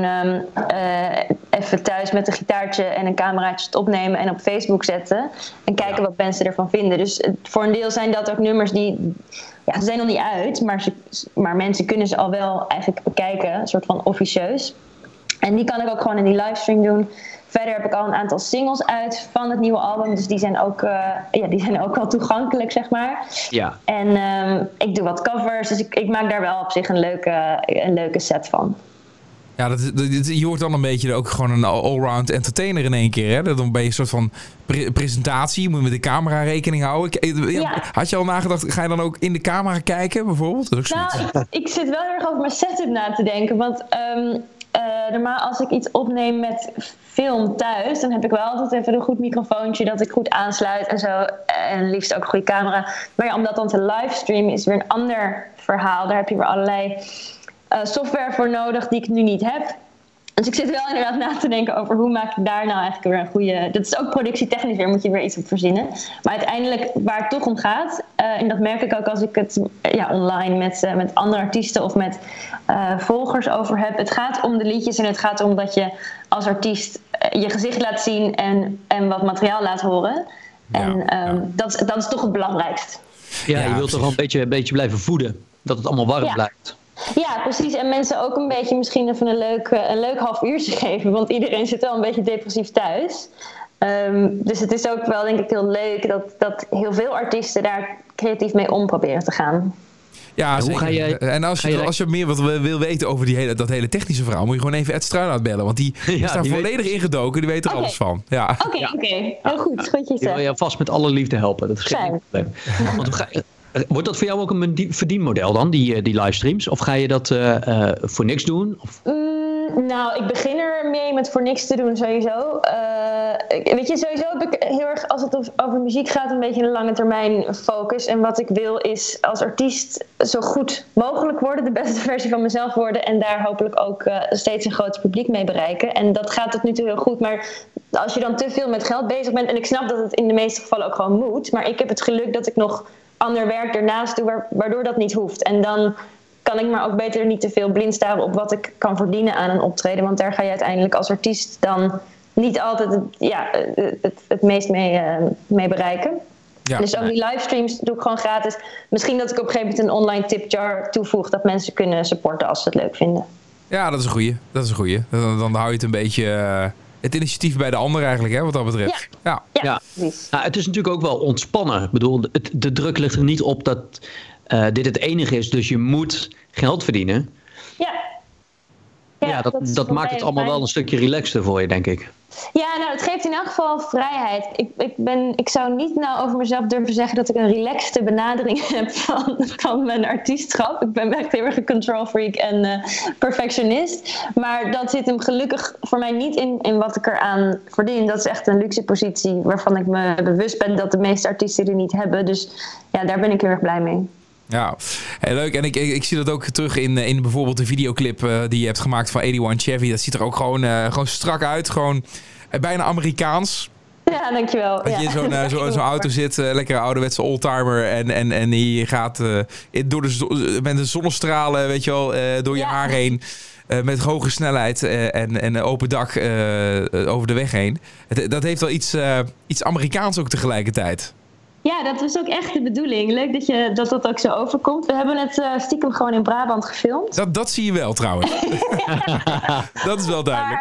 even thuis met een gitaartje en een cameraatje het opnemen en op Facebook zetten. En kijken wat mensen ervan vinden. Dus voor een deel zijn dat ook nummers die... Ja, ze zijn nog niet uit, maar mensen kunnen ze al wel eigenlijk bekijken, een soort van officieus. En die kan ik ook gewoon in die livestream doen. Verder heb ik al een aantal singles uit van het nieuwe album, dus die zijn ook wel toegankelijk, zeg maar. Ja. En ik doe wat covers, dus ik maak daar wel op zich een leuke set van. Ja, je wordt dan een beetje ook gewoon een allround entertainer in 1 keer. Hè? Dan ben je een soort van presentatie. Je moet met de camera rekening houden. Had je al nagedacht, ga je dan ook in de camera kijken bijvoorbeeld? Dat is ook ik zit wel heel erg over mijn setup na te denken. Want normaal als ik iets opneem met film thuis, dan heb ik wel altijd even een goed microfoontje dat ik goed aansluit en zo. En liefst ook een goede camera. Maar om dat dan te livestreamen is weer een ander verhaal. Daar heb je weer allerlei... software voor nodig die ik nu niet heb. Dus ik zit wel inderdaad na te denken over hoe maak ik daar nou eigenlijk weer een goede... Dat is ook productietechnisch weer, moet je weer iets op verzinnen. Maar uiteindelijk waar het toch om gaat, en dat merk ik ook als ik het online met andere artiesten of met volgers over heb. Het gaat om de liedjes en het gaat om dat je als artiest je gezicht laat zien en wat materiaal laat horen. En dat is toch het belangrijkst. Ja, je wilt toch wel een beetje blijven voeden. Dat het allemaal warm blijft. Ja, precies. En mensen ook een beetje misschien even een leuk half uurtje geven. Want iedereen zit wel een beetje depressief thuis. Dus het is ook wel denk ik heel leuk dat heel veel artiesten daar creatief mee om proberen te gaan. Ja, hoe ga je, en als je meer wat wil weten over dat hele technische verhaal, moet je gewoon even Ed Struijlaat bellen. Want die is daar volledig ingedoken. Die weet er alles van. Ja. Oké. Heel goed. Goed je die wil je vast met alle liefde helpen. Dat is geen probleem. Wordt dat voor jou ook een verdienmodel dan, die livestreams? Of ga je dat voor niks doen? Of? Nou, ik begin er mee met voor niks te doen sowieso. Weet je, sowieso heb ik heel erg, als het over muziek gaat, een beetje een lange termijn focus. En wat ik wil is als artiest zo goed mogelijk worden, de beste versie van mezelf worden. En daar hopelijk ook steeds een groter publiek mee bereiken. En dat gaat tot nu toe heel goed. Maar als je dan te veel met geld bezig bent, en ik snap dat het in de meeste gevallen ook gewoon moet. Maar ik heb het geluk dat ik nog ander werk ernaast doe, waardoor dat niet hoeft. En dan kan ik maar ook beter niet te veel blind staren op wat ik kan verdienen aan een optreden. Want daar ga je uiteindelijk als artiest dan niet altijd het meest mee bereiken. Ja, dus ook die livestreams doe ik gewoon gratis. Misschien dat ik op een gegeven moment een online tipjar toevoeg, dat mensen kunnen supporten als ze het leuk vinden. Ja, dat is een goeie. Dan hou je het een beetje het initiatief bij de ander eigenlijk, hè, wat dat betreft. Ja. Precies. Nou, het is natuurlijk ook wel ontspannen. Ik bedoel, de druk ligt er niet op dat dit het enige is, dus je moet geld verdienen. Ja, dat maakt het allemaal wel een stukje relaxter voor je, denk ik. Ja, nou, het geeft in elk geval vrijheid. Ik zou niet nou over mezelf durven zeggen dat ik een relaxte benadering heb van mijn artiestschap. Ik ben echt heel erg een control freak en perfectionist. Maar dat zit hem gelukkig voor mij niet in wat ik eraan verdien. Dat is echt een luxe positie waarvan ik me bewust ben dat de meeste artiesten die niet hebben. Dus ja, daar ben ik heel erg blij mee. Ja, heel leuk. En ik zie dat ook terug in bijvoorbeeld de videoclip die je hebt gemaakt van 81 Chevy. Dat ziet er ook gewoon strak uit. Gewoon bijna Amerikaans. Ja, dankjewel. Dat je in zo'n auto zit, lekkere ouderwetse oldtimer. En die gaat met de zonnestralen, weet je wel, door je haar heen. Met hoge snelheid en een open dak over de weg heen. Dat heeft wel iets Amerikaans ook tegelijkertijd. Ja, dat was ook echt de bedoeling. Leuk dat ook zo overkomt. We hebben het stiekem gewoon in Brabant gefilmd. Dat zie je wel trouwens. Dat is wel duidelijk.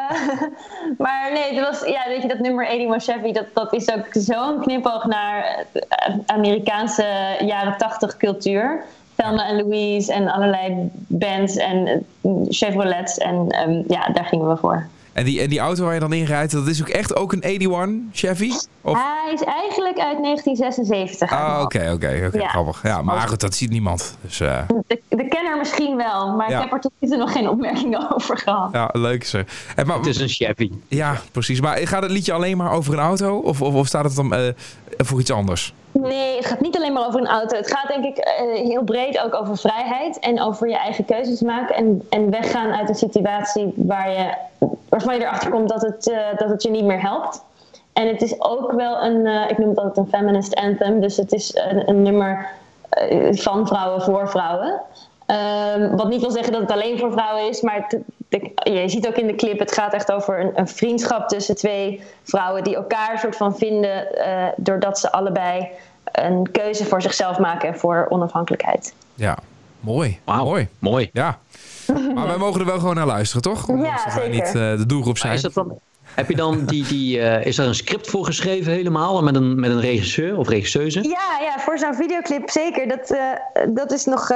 Maar nee, het was, weet je, dat nummer 81 Chevy, dat is ook zo'n knipoog naar Amerikaanse jaren 80 cultuur. Thelma en Louise en allerlei bands en Chevrolets. En daar gingen we voor. En die auto waar je dan in rijdt, dat is ook echt ook een 81 Chevy? Of? Hij is eigenlijk uit 1976. Oké, grappig. Ja, maar goed, dat ziet niemand. Dus, de kenner misschien wel, maar ik heb er tot nu toe nog geen opmerkingen over gehad. Ja, leuk is er. Het is een Chevy. Ja, precies. Maar gaat het liedje alleen maar over een auto? Of staat het dan voor iets anders? Nee, het gaat niet alleen maar over een auto. Het gaat denk ik heel breed ook over vrijheid en over je eigen keuzes maken en weggaan uit een situatie waarvan je erachter komt dat het je niet meer helpt. En het is ook wel ik noem het altijd een feminist anthem, dus het is een nummer van vrouwen voor vrouwen. Wat niet wil zeggen dat het alleen voor vrouwen is, maar je ziet ook in de clip, het gaat echt over een vriendschap tussen twee vrouwen die elkaar soort van vinden doordat ze allebei een keuze voor zichzelf maken voor onafhankelijkheid. Ja, mooi. Wow. Mooi. Ja. Maar wij mogen er wel gewoon naar luisteren, toch? Ja, zeker. Wij niet de doelgroep zijn. Heb je dan is daar een script voor geschreven helemaal met een regisseur of regisseuse? Ja, voor zo'n videoclip zeker. Dat is nog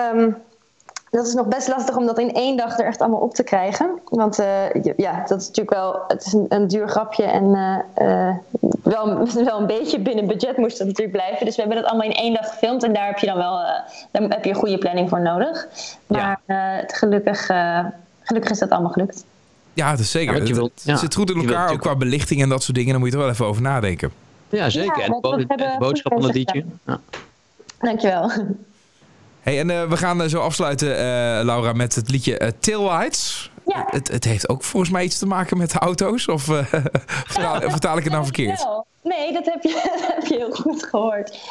best lastig om dat in 1 dag er echt allemaal op te krijgen. Want dat is natuurlijk wel, het is een duur grapje en wel een beetje binnen budget moest dat natuurlijk blijven. Dus we hebben dat allemaal in 1 dag gefilmd en daar heb je dan wel daar heb je een goede planning voor nodig. Maar gelukkig is dat allemaal gelukt. Ja, dat is zeker. Het zit goed in elkaar, ook qua belichting en dat soort dingen. Daar moet je er wel even over nadenken. Ja, zeker. En de boodschap van het liedje. Ja. Dankjewel. Hey, en we gaan zo afsluiten, Laura, met het liedje Taillights. Ja. Het heeft ook volgens mij iets te maken met auto's? Of vertaal ik het nou verkeerd? Nee, dat heb je heel goed gehoord.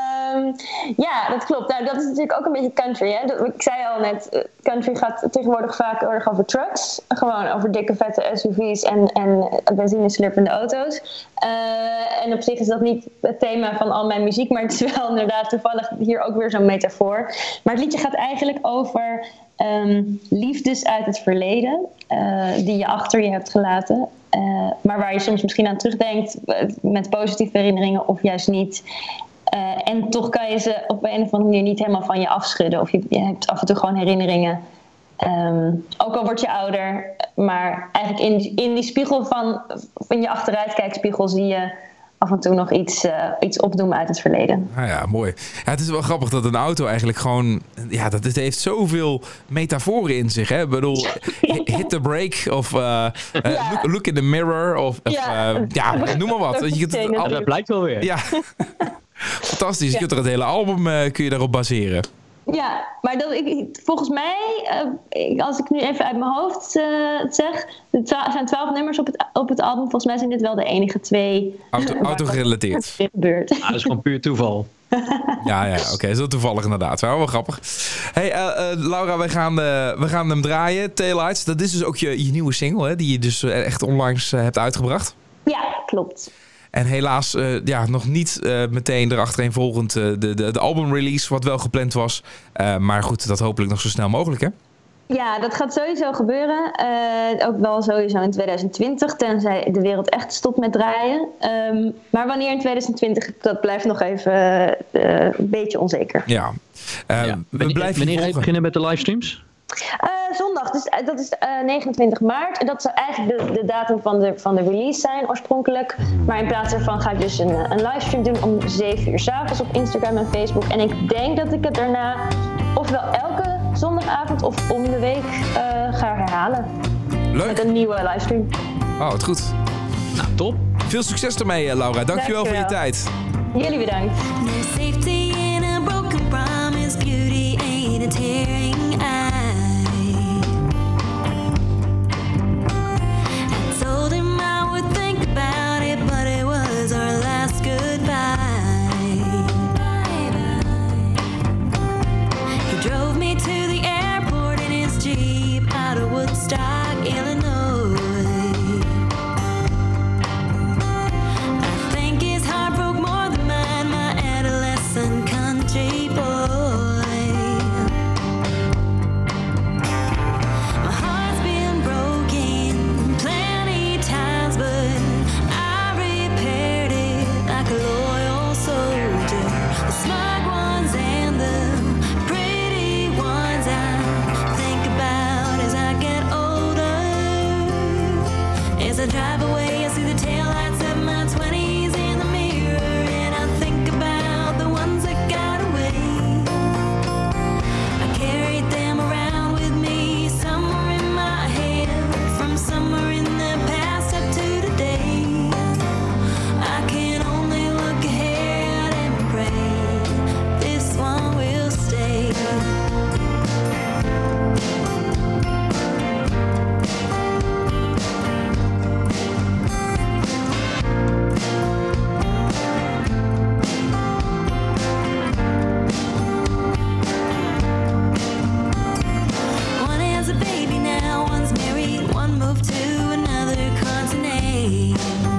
Ja, dat klopt. Nou, dat is natuurlijk ook een beetje country. Hè? Ik zei al net, country gaat tegenwoordig vaak heel erg over trucks. Gewoon over dikke, vette SUV's en benzineslurpende auto's. En op zich is dat niet het thema van al mijn muziek, maar het is wel inderdaad toevallig hier ook weer zo'n metafoor. Maar het liedje gaat eigenlijk over liefdes uit het verleden, die je achter je hebt gelaten. Maar waar je soms misschien aan terugdenkt met positieve herinneringen of juist niet. En toch kan je ze op een of andere manier niet helemaal van je afschudden. Of je hebt af en toe gewoon herinneringen. Ook al word je ouder. Maar eigenlijk in die spiegel van je achteruitkijkspiegel zie je af en toe nog iets opdoen uit het verleden. Nou ja, mooi. Ja, het is wel grappig dat een auto eigenlijk gewoon... Ja, het heeft zoveel metaforen in zich. Hè? Ik bedoel, hit the brake of look in the mirror. Of noem maar wat. Dat blijkt wel weer. Ja, fantastisch. Je kunt er het hele album kun je daarop baseren. Ja, maar volgens mij, als ik nu even uit mijn hoofd zeg, er zijn 12 nummers op het album. Volgens mij zijn dit wel de enige 2. Auto-gerelateerd. Gebeurt. Dat is gewoon puur toeval. Ja, oké. Zo toevallig inderdaad. Wel grappig. Hey, Laura, we gaan hem draaien. Taillights, dat is dus ook je nieuwe single, hè, die je dus echt onlangs hebt uitgebracht. Ja, klopt. En helaas nog niet meteen erachtereen volgend de albumrelease, wat wel gepland was. Maar goed, dat hopelijk nog zo snel mogelijk, hè? Ja, dat gaat sowieso gebeuren. Ook wel sowieso in 2020, tenzij de wereld echt stopt met draaien. Maar wanneer in 2020, dat blijft nog even een beetje onzeker. Ja. Wanneer ga je beginnen met de livestreams? Zondag, dus dat is 29 maart. En dat zou eigenlijk de datum van de release zijn oorspronkelijk. Maar in plaats daarvan ga ik dus een livestream doen om 7 uur 's avonds op Instagram en Facebook. En ik denk dat ik het daarna ofwel elke zondagavond of om de week ga herhalen. Leuk. Met een nieuwe livestream. Oh, wat goed. Nou, top. Veel succes ermee, Laura. Dankjewel voor je tijd. Jullie bedankt. Safety in a broken promise, beauty ain't a tearing eye. I told him I would think about it, but it was our last goodbye. He drove me to the airport in his Jeep out of Woodstock, Illinois. I think his heart broke more than mine, my adolescent country boy. My heart's been broken plenty times, but I repaired it like a loyal soldier. The smart ones and the pretty ones I think about as I get older. As I drive away, I see the taillights of my 20s in the mirror, and I think about the ones that got away. I carried them around with me, somewhere in my head, from somewhere in the past up to today. I can only look ahead and pray this one will stay. One has a baby now, one's married, one moved to another continent.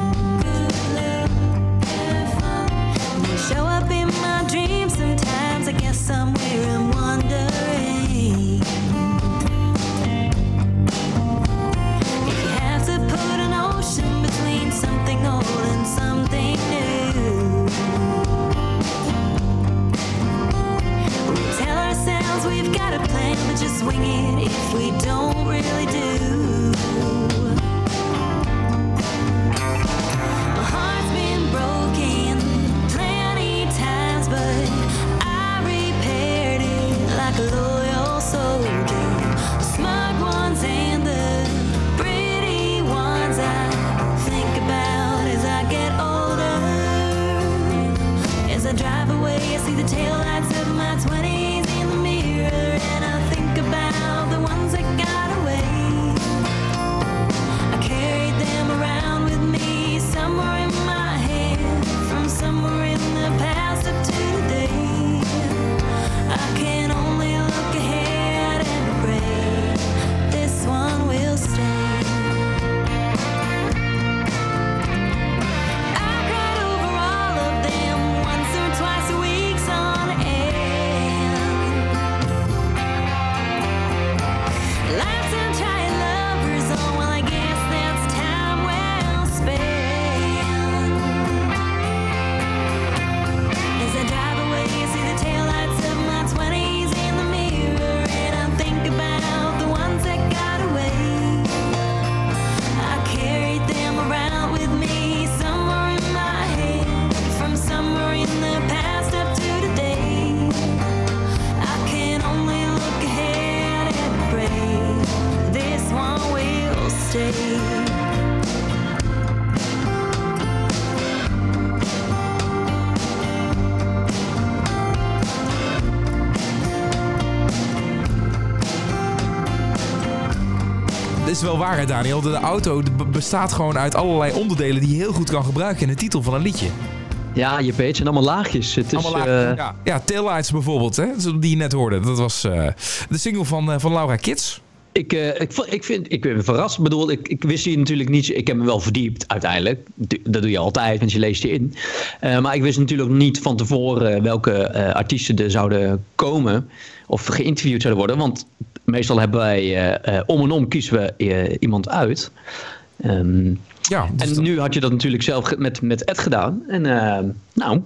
They show up in my dreams sometimes, I guess somewhere I'm wondering if you have to put an ocean between something old and something new. We tell ourselves we've got a plan, but just wing it if we don't really do. say. Dat is wel waar, hè, Daniel. De auto bestaat gewoon uit allerlei onderdelen die je heel goed kan gebruiken in de titel van een liedje. Ja, je weet, het zijn allemaal laagjes. Het is, allemaal laagjes, ja, Taillights bijvoorbeeld, hè, die je net hoorde. Dat was de single van Laura Kids. Ik ben verrast. Ik bedoel, ik wist hier natuurlijk niet. Ik heb me wel verdiept uiteindelijk. Dat doe je altijd, want je leest je in. Maar ik wist natuurlijk niet van tevoren welke artiesten er zouden komen. Of geïnterviewd zouden worden. Want meestal hebben wij om en om kiezen we iemand uit. Ja, dus en nu had je dat natuurlijk zelf met Ed gedaan. En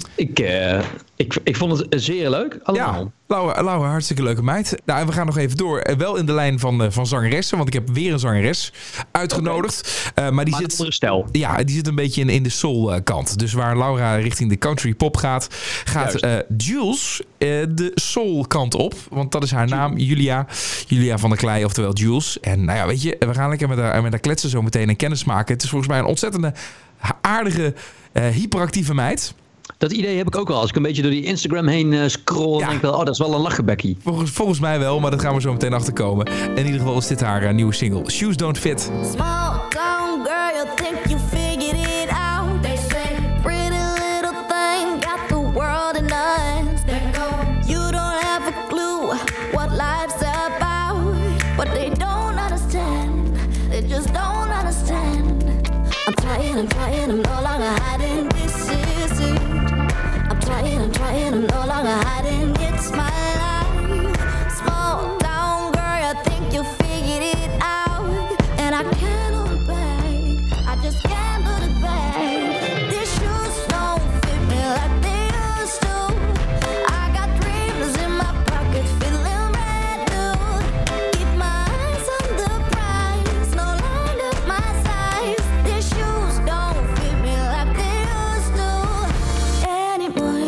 ik vond het zeer leuk allemaal. Ja, Laura, hartstikke leuke meid. Nou, en we gaan nog even door. Wel in de lijn van zangeressen, want ik heb weer een zangeres uitgenodigd. Maar die zit, stijl. Ja, die zit een beetje in de soul kant. Dus waar Laura richting de country pop gaat Jules de soul kant op. Want dat is haar naam, Julia van der Klei, oftewel Jules. En nou ja, weet je, we gaan lekker met haar kletsen zo meteen en kennis maken. Het is volgens mij een ontzettende aardige, hyperactieve meid. Dat idee heb ik ook wel. Als ik een beetje door die Instagram heen scroll, denk ik wel, dat is wel een lachenbekkie. Volgens mij wel, maar dat gaan we zo meteen achterkomen. In ieder geval is dit haar nieuwe single, Shoes Don't Fit. Small town girl, you think you figured it out. They say, pretty little thing, got the world in us. You don't have a clue what life's about. But they don't understand, they just don't understand. I'm trying, I'm no longer hiding, this is it. I'm trying, I'm no longer hiding, it's my life. Small town girl, you think you figured it out. And I can't hold it back, I just can't hold it back. These shoes don't fit me like they used to. I got dreams in my pocket, feeling brand new. Keep my eyes on the prize, no longer my size. These shoes don't fit me like they used to anymore.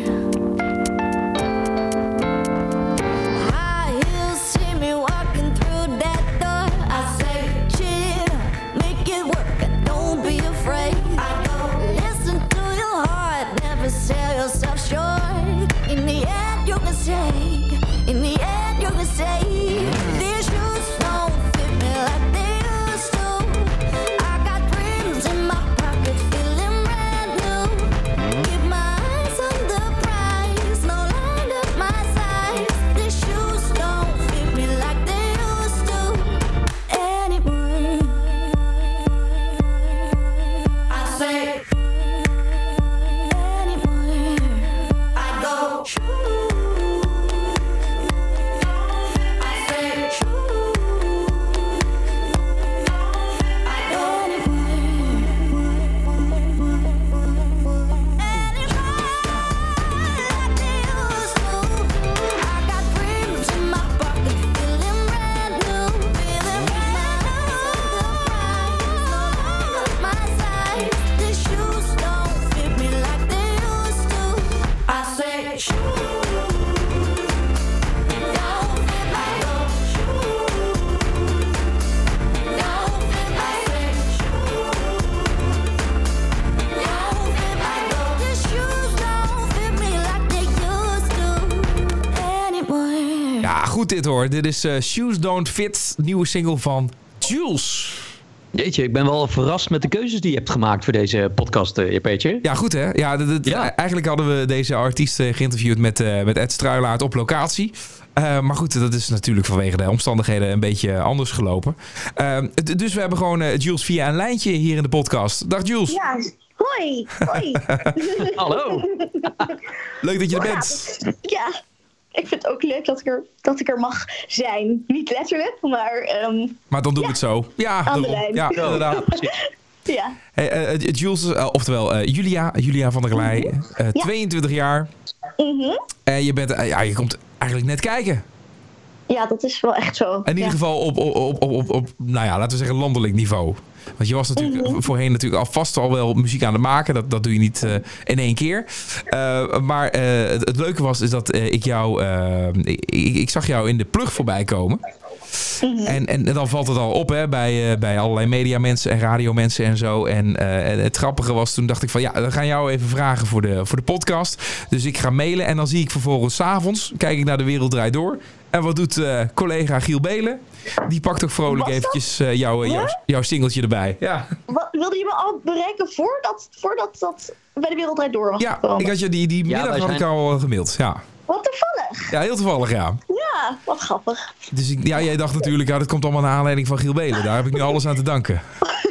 High heels see me walking through that door. I say, chill, make it work, and don't be afraid. I go, listen to your heart, never sell yourself short. In the end, you can say, in the end, you can say, these shoes don't fit me like they used to. I got dreams in my pocket, feeling brand new. Keep my eyes on the prize, no longer my size. These shoes don't fit me like they used to anymore. I say anymore. I go. I say Ja, goed dit hoor. Dit is Shoes Don't Fit, nieuwe single van Jules. Jeetje, ik ben wel verrast met de keuzes die je hebt gemaakt voor deze podcast, Peetje. Ja, goed hè? Ja, eigenlijk hadden we deze artiest geïnterviewd met Ed Struilaert op locatie. Maar goed, dat is natuurlijk vanwege de omstandigheden een beetje anders gelopen. Dus we hebben gewoon Jules via een lijntje hier in de podcast. Dag Jules. Ja, hoi. Hallo. Leuk dat je er bent. Ja, ik vind het ook leuk dat ik er mag zijn. Niet letterlijk, maar... maar dan doen we het zo. Ja, aan de lijn. Ja, inderdaad. Ja. Hey, Jules, oftewel Julia van der Klei, 22 jaar. En je komt eigenlijk net kijken. Ja, dat is wel echt zo. In ieder geval op nou ja, laten we zeggen landelijk niveau. Want je was natuurlijk voorheen natuurlijk alvast al wel muziek aan het maken. Dat doe je niet in één keer. Maar het leuke was is dat ik zag jou in de plug voorbij komen. En dan valt het al op hè, bij allerlei mediamensen en radiomensen en zo. En het grappige was, toen dacht ik van we gaan jou even vragen voor de podcast. Dus ik ga mailen en dan zie ik vervolgens 's avonds, kijk ik naar De Wereld Draait Door. En wat doet collega Giel Belen? Die pakt ook vrolijk eventjes jouw singeltje erbij. Ja. Wilde je me al bereiken voordat dat bij De Wereld Draait Door was gekomen? Ik had je die middag had ik al gemaild. Ja. Wat toevallig. Ja, heel toevallig, ja. Ja, wat grappig. Dus jij dacht natuurlijk, dat komt allemaal naar aanleiding van Giel Belen. Daar heb ik nu alles aan te danken.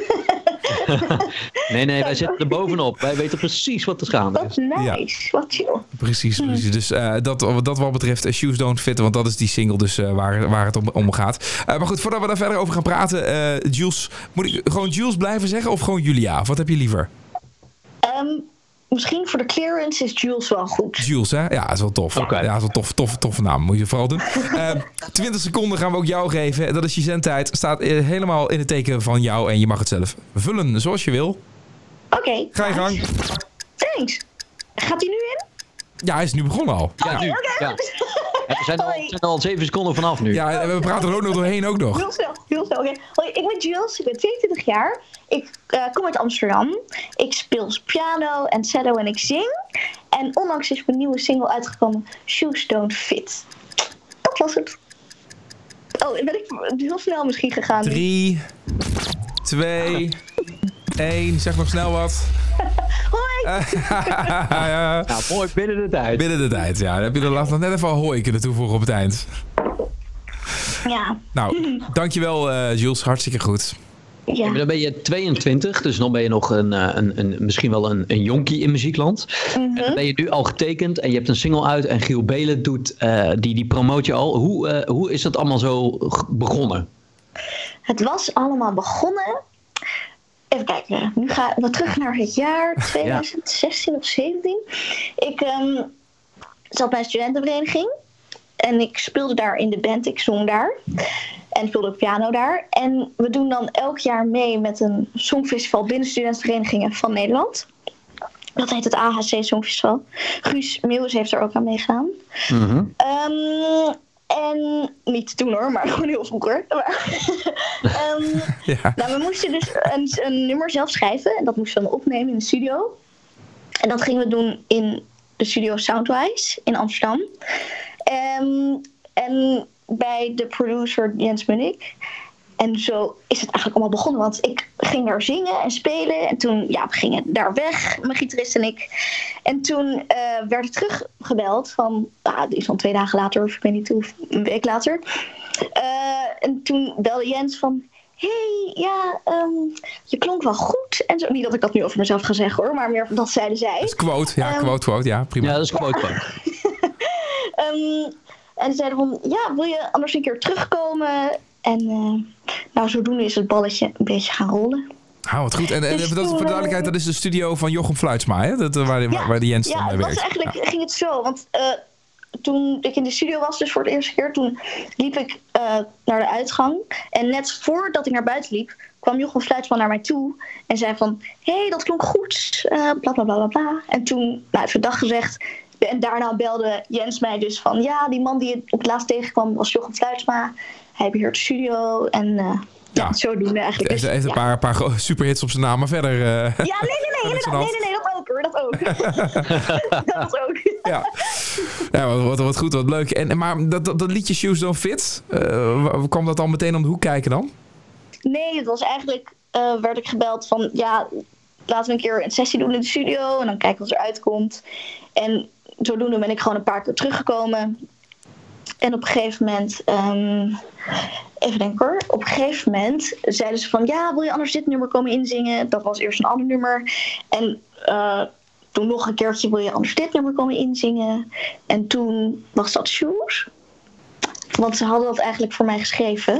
Nee, wij zitten er bovenop. Wij weten precies wat er gaande is. Wat nice, wat chill. Precies. Dus dat wat betreft Shoes Don't Fit, want dat is die single dus waar het om gaat. Maar goed, voordat we daar verder over gaan praten, Jules, moet ik gewoon Jules blijven zeggen of gewoon Julia? Wat heb je liever? Misschien voor de clearance is Jules wel goed. Jules, hè? Ja, dat is wel tof. Okay. Ja, dat is wel toffe naam. Moet je vooral doen. 20 seconden gaan we ook jou geven. Dat is je zendtijd. Staat helemaal in het teken van jou. En je mag het zelf vullen zoals je wil. Oké. Ga je gang. Thanks. Gaat hij nu in? Ja, hij is nu begonnen al. Ja, nu. Ja. We zijn al 7 seconden vanaf nu. Ja, en we praten er ook nog doorheen ook nog. Heel snel. Oké. Hoi, ik ben Jules. Ik ben 22 jaar. Ik kom uit Amsterdam. Ik speel piano en cello en ik zing. En onlangs is mijn nieuwe single uitgekomen, Shoes Don't Fit. Dat was het. Oh, ben ik heel snel misschien gegaan. 3, 2, 1. Zeg nog snel wat. Hoi! Ja, mooi, binnen de tijd. Binnen de tijd, ja. Dan heb je er laatst nog net even al hoi kunnen toevoegen op het eind. Ja. Nou, dankjewel Jules. Hartstikke goed. Ja. Maar dan ben je 22, dus dan ben je nog misschien wel een jonkie in muziekland. En dan ben je nu al getekend en je hebt een single uit en Giel Belen doet die promoot je al. Hoe is dat allemaal zo begonnen? Het was allemaal begonnen. Even kijken, nu gaan we terug naar het jaar 2016 of 17. Ik zat bij een studentenvereniging en ik speelde daar in de band, ik zong daar. En speelde ook piano daar. En we doen dan elk jaar mee met een songfestival binnen studentenverenigingen van Nederland. Dat heet het AHC Songfestival. Guus Meeuwis heeft er ook aan meegedaan. En niet toen hoor, maar gewoon heel vroeger. Nou, we moesten dus een nummer zelf schrijven. En dat moesten we dan opnemen in de studio. En dat gingen we doen in de studio Soundwise in Amsterdam. En bij de producer Jens Munnik. En zo is het eigenlijk allemaal begonnen. Want ik ging daar zingen en spelen. En toen, we gingen daar weg, mijn gitarist en ik. En toen werd ik teruggebeld van... het is dan 2 dagen later, of ik weet niet hoe, een week later. En toen belde Jens van... je klonk wel goed. En zo. Niet dat ik dat nu over mezelf ga zeggen hoor, maar meer dat zeiden zij. Dat is quote, quote, ja, prima. Ja, dat is quote. En ze zeiden van, wil je anders een keer terugkomen? En zodoende is het balletje een beetje gaan rollen. Wat goed. En Dus dat, voor de duidelijkheid, dat is de studio van Jochem Fluitsma, hè? Waar de Jens dan mee werkt. Ging het zo. Want toen ik in de studio was, dus voor de eerste keer, toen liep ik naar de uitgang. En net voordat ik naar buiten liep, kwam Jochem Fluitsma naar mij toe. En zei van, dat klonk goed. Bla bla bla bla. En toen, even dag gezegd. En daarna belde Jens mij dus van... die man die op het laatst tegenkwam was Jochem Fluitsma. Hij beheert de studio. En zodoende eigenlijk. Hij heeft een paar superhits op zijn naam, maar verder... Nee, dat ook hoor. Dat ook. Dat ook. Wat goed, wat leuk. Maar dat liedje Shoes Don't Fit, kwam dat al meteen om de hoek kijken dan? Nee, het was eigenlijk... werd ik gebeld van... laten we een keer een sessie doen in de studio. En dan kijken wat eruit komt. En zodoende ben ik gewoon een paar keer teruggekomen. En op een gegeven moment... even denken hoor. Op een gegeven moment zeiden ze van... wil je anders dit nummer komen inzingen? Dat was eerst een ander nummer. En toen nog een keertje... wil je anders dit nummer komen inzingen? En toen was dat Shoes. Want ze hadden dat eigenlijk voor mij geschreven.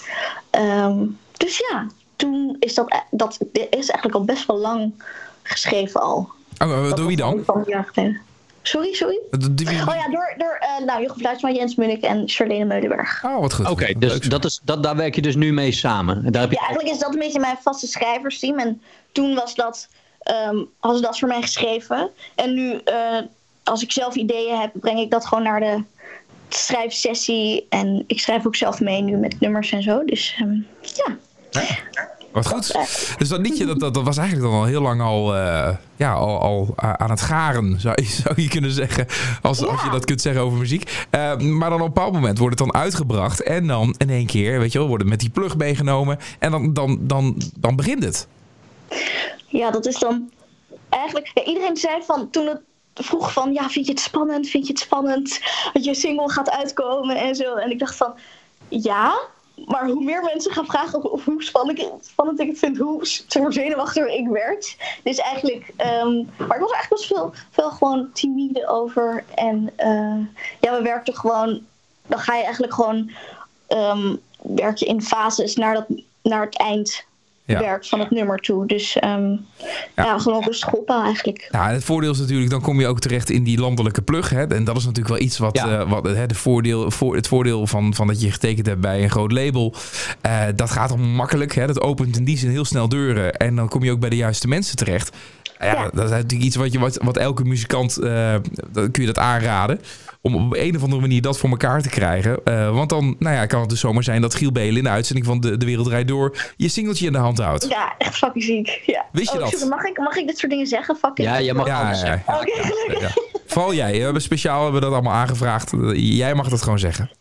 Dus toen is dat is eigenlijk al best wel lang geschreven al. Door wie dan? Van een jaar geleden. Sorry? Door Jochem Fluitsma, Jens Munnik en Charlene Meulenberg. Wat goed. Oké, dus daar werk je dus nu mee samen. En daar heb je... eigenlijk is dat een beetje mijn vaste schrijversteam. En toen was dat, hadden ze dat voor mij geschreven. En nu, als ik zelf ideeën heb, breng ik dat gewoon naar schrijfsessie. En ik schrijf ook zelf mee nu met nummers en zo. Dus ja. Wat goed. Dus dat liedje, dat was eigenlijk dan al heel lang al aan het garen, zou je kunnen zeggen. Als je dat kunt zeggen over muziek. Maar dan op een bepaald moment wordt het dan uitgebracht. En dan in één keer, weet je wel, wordt het met die plug meegenomen. En dan begint het. Ja, dat is dan eigenlijk... Ja, iedereen zei van, toen het vroeg van... Ja, vind je het spannend? Dat je single gaat uitkomen en zo. En ik dacht van, ja... Maar hoe meer mensen gaan vragen of hoe spannend ik het vind, hoe zenuwachtiger ik werd. Dus eigenlijk, maar ik was eigenlijk best veel gewoon timide over. En we werkten gewoon, dan ga je eigenlijk gewoon, werk je in fases naar het eind. Werk van het nummer toe. Dus gewoon rustig opbouwen eigenlijk. Ja, het voordeel is natuurlijk, dan kom je ook terecht in die landelijke plug. Hè? En dat is natuurlijk wel iets wat het voordeel van dat je getekend hebt bij een groot label. Dat gaat om makkelijk. Hè? Dat opent in die zin heel snel deuren. En dan kom je ook bij de juiste mensen terecht. Dat is natuurlijk iets wat elke muzikant, kun je dat aanraden. Om op een of andere manier dat voor elkaar te krijgen. Want dan kan het dus zomaar zijn dat Giel Belen in de uitzending van De Wereld Draait Door je singeltje in de hand houdt. Ja, echt fucking ziek. Ja. Wist je dat? Sorry, mag ik dit soort dingen zeggen? Fucking. Ja, jij mag alles zeggen. Oké, gelukkig. Vooral jij. We hebben speciaal dat allemaal aangevraagd. Jij mag dat gewoon zeggen.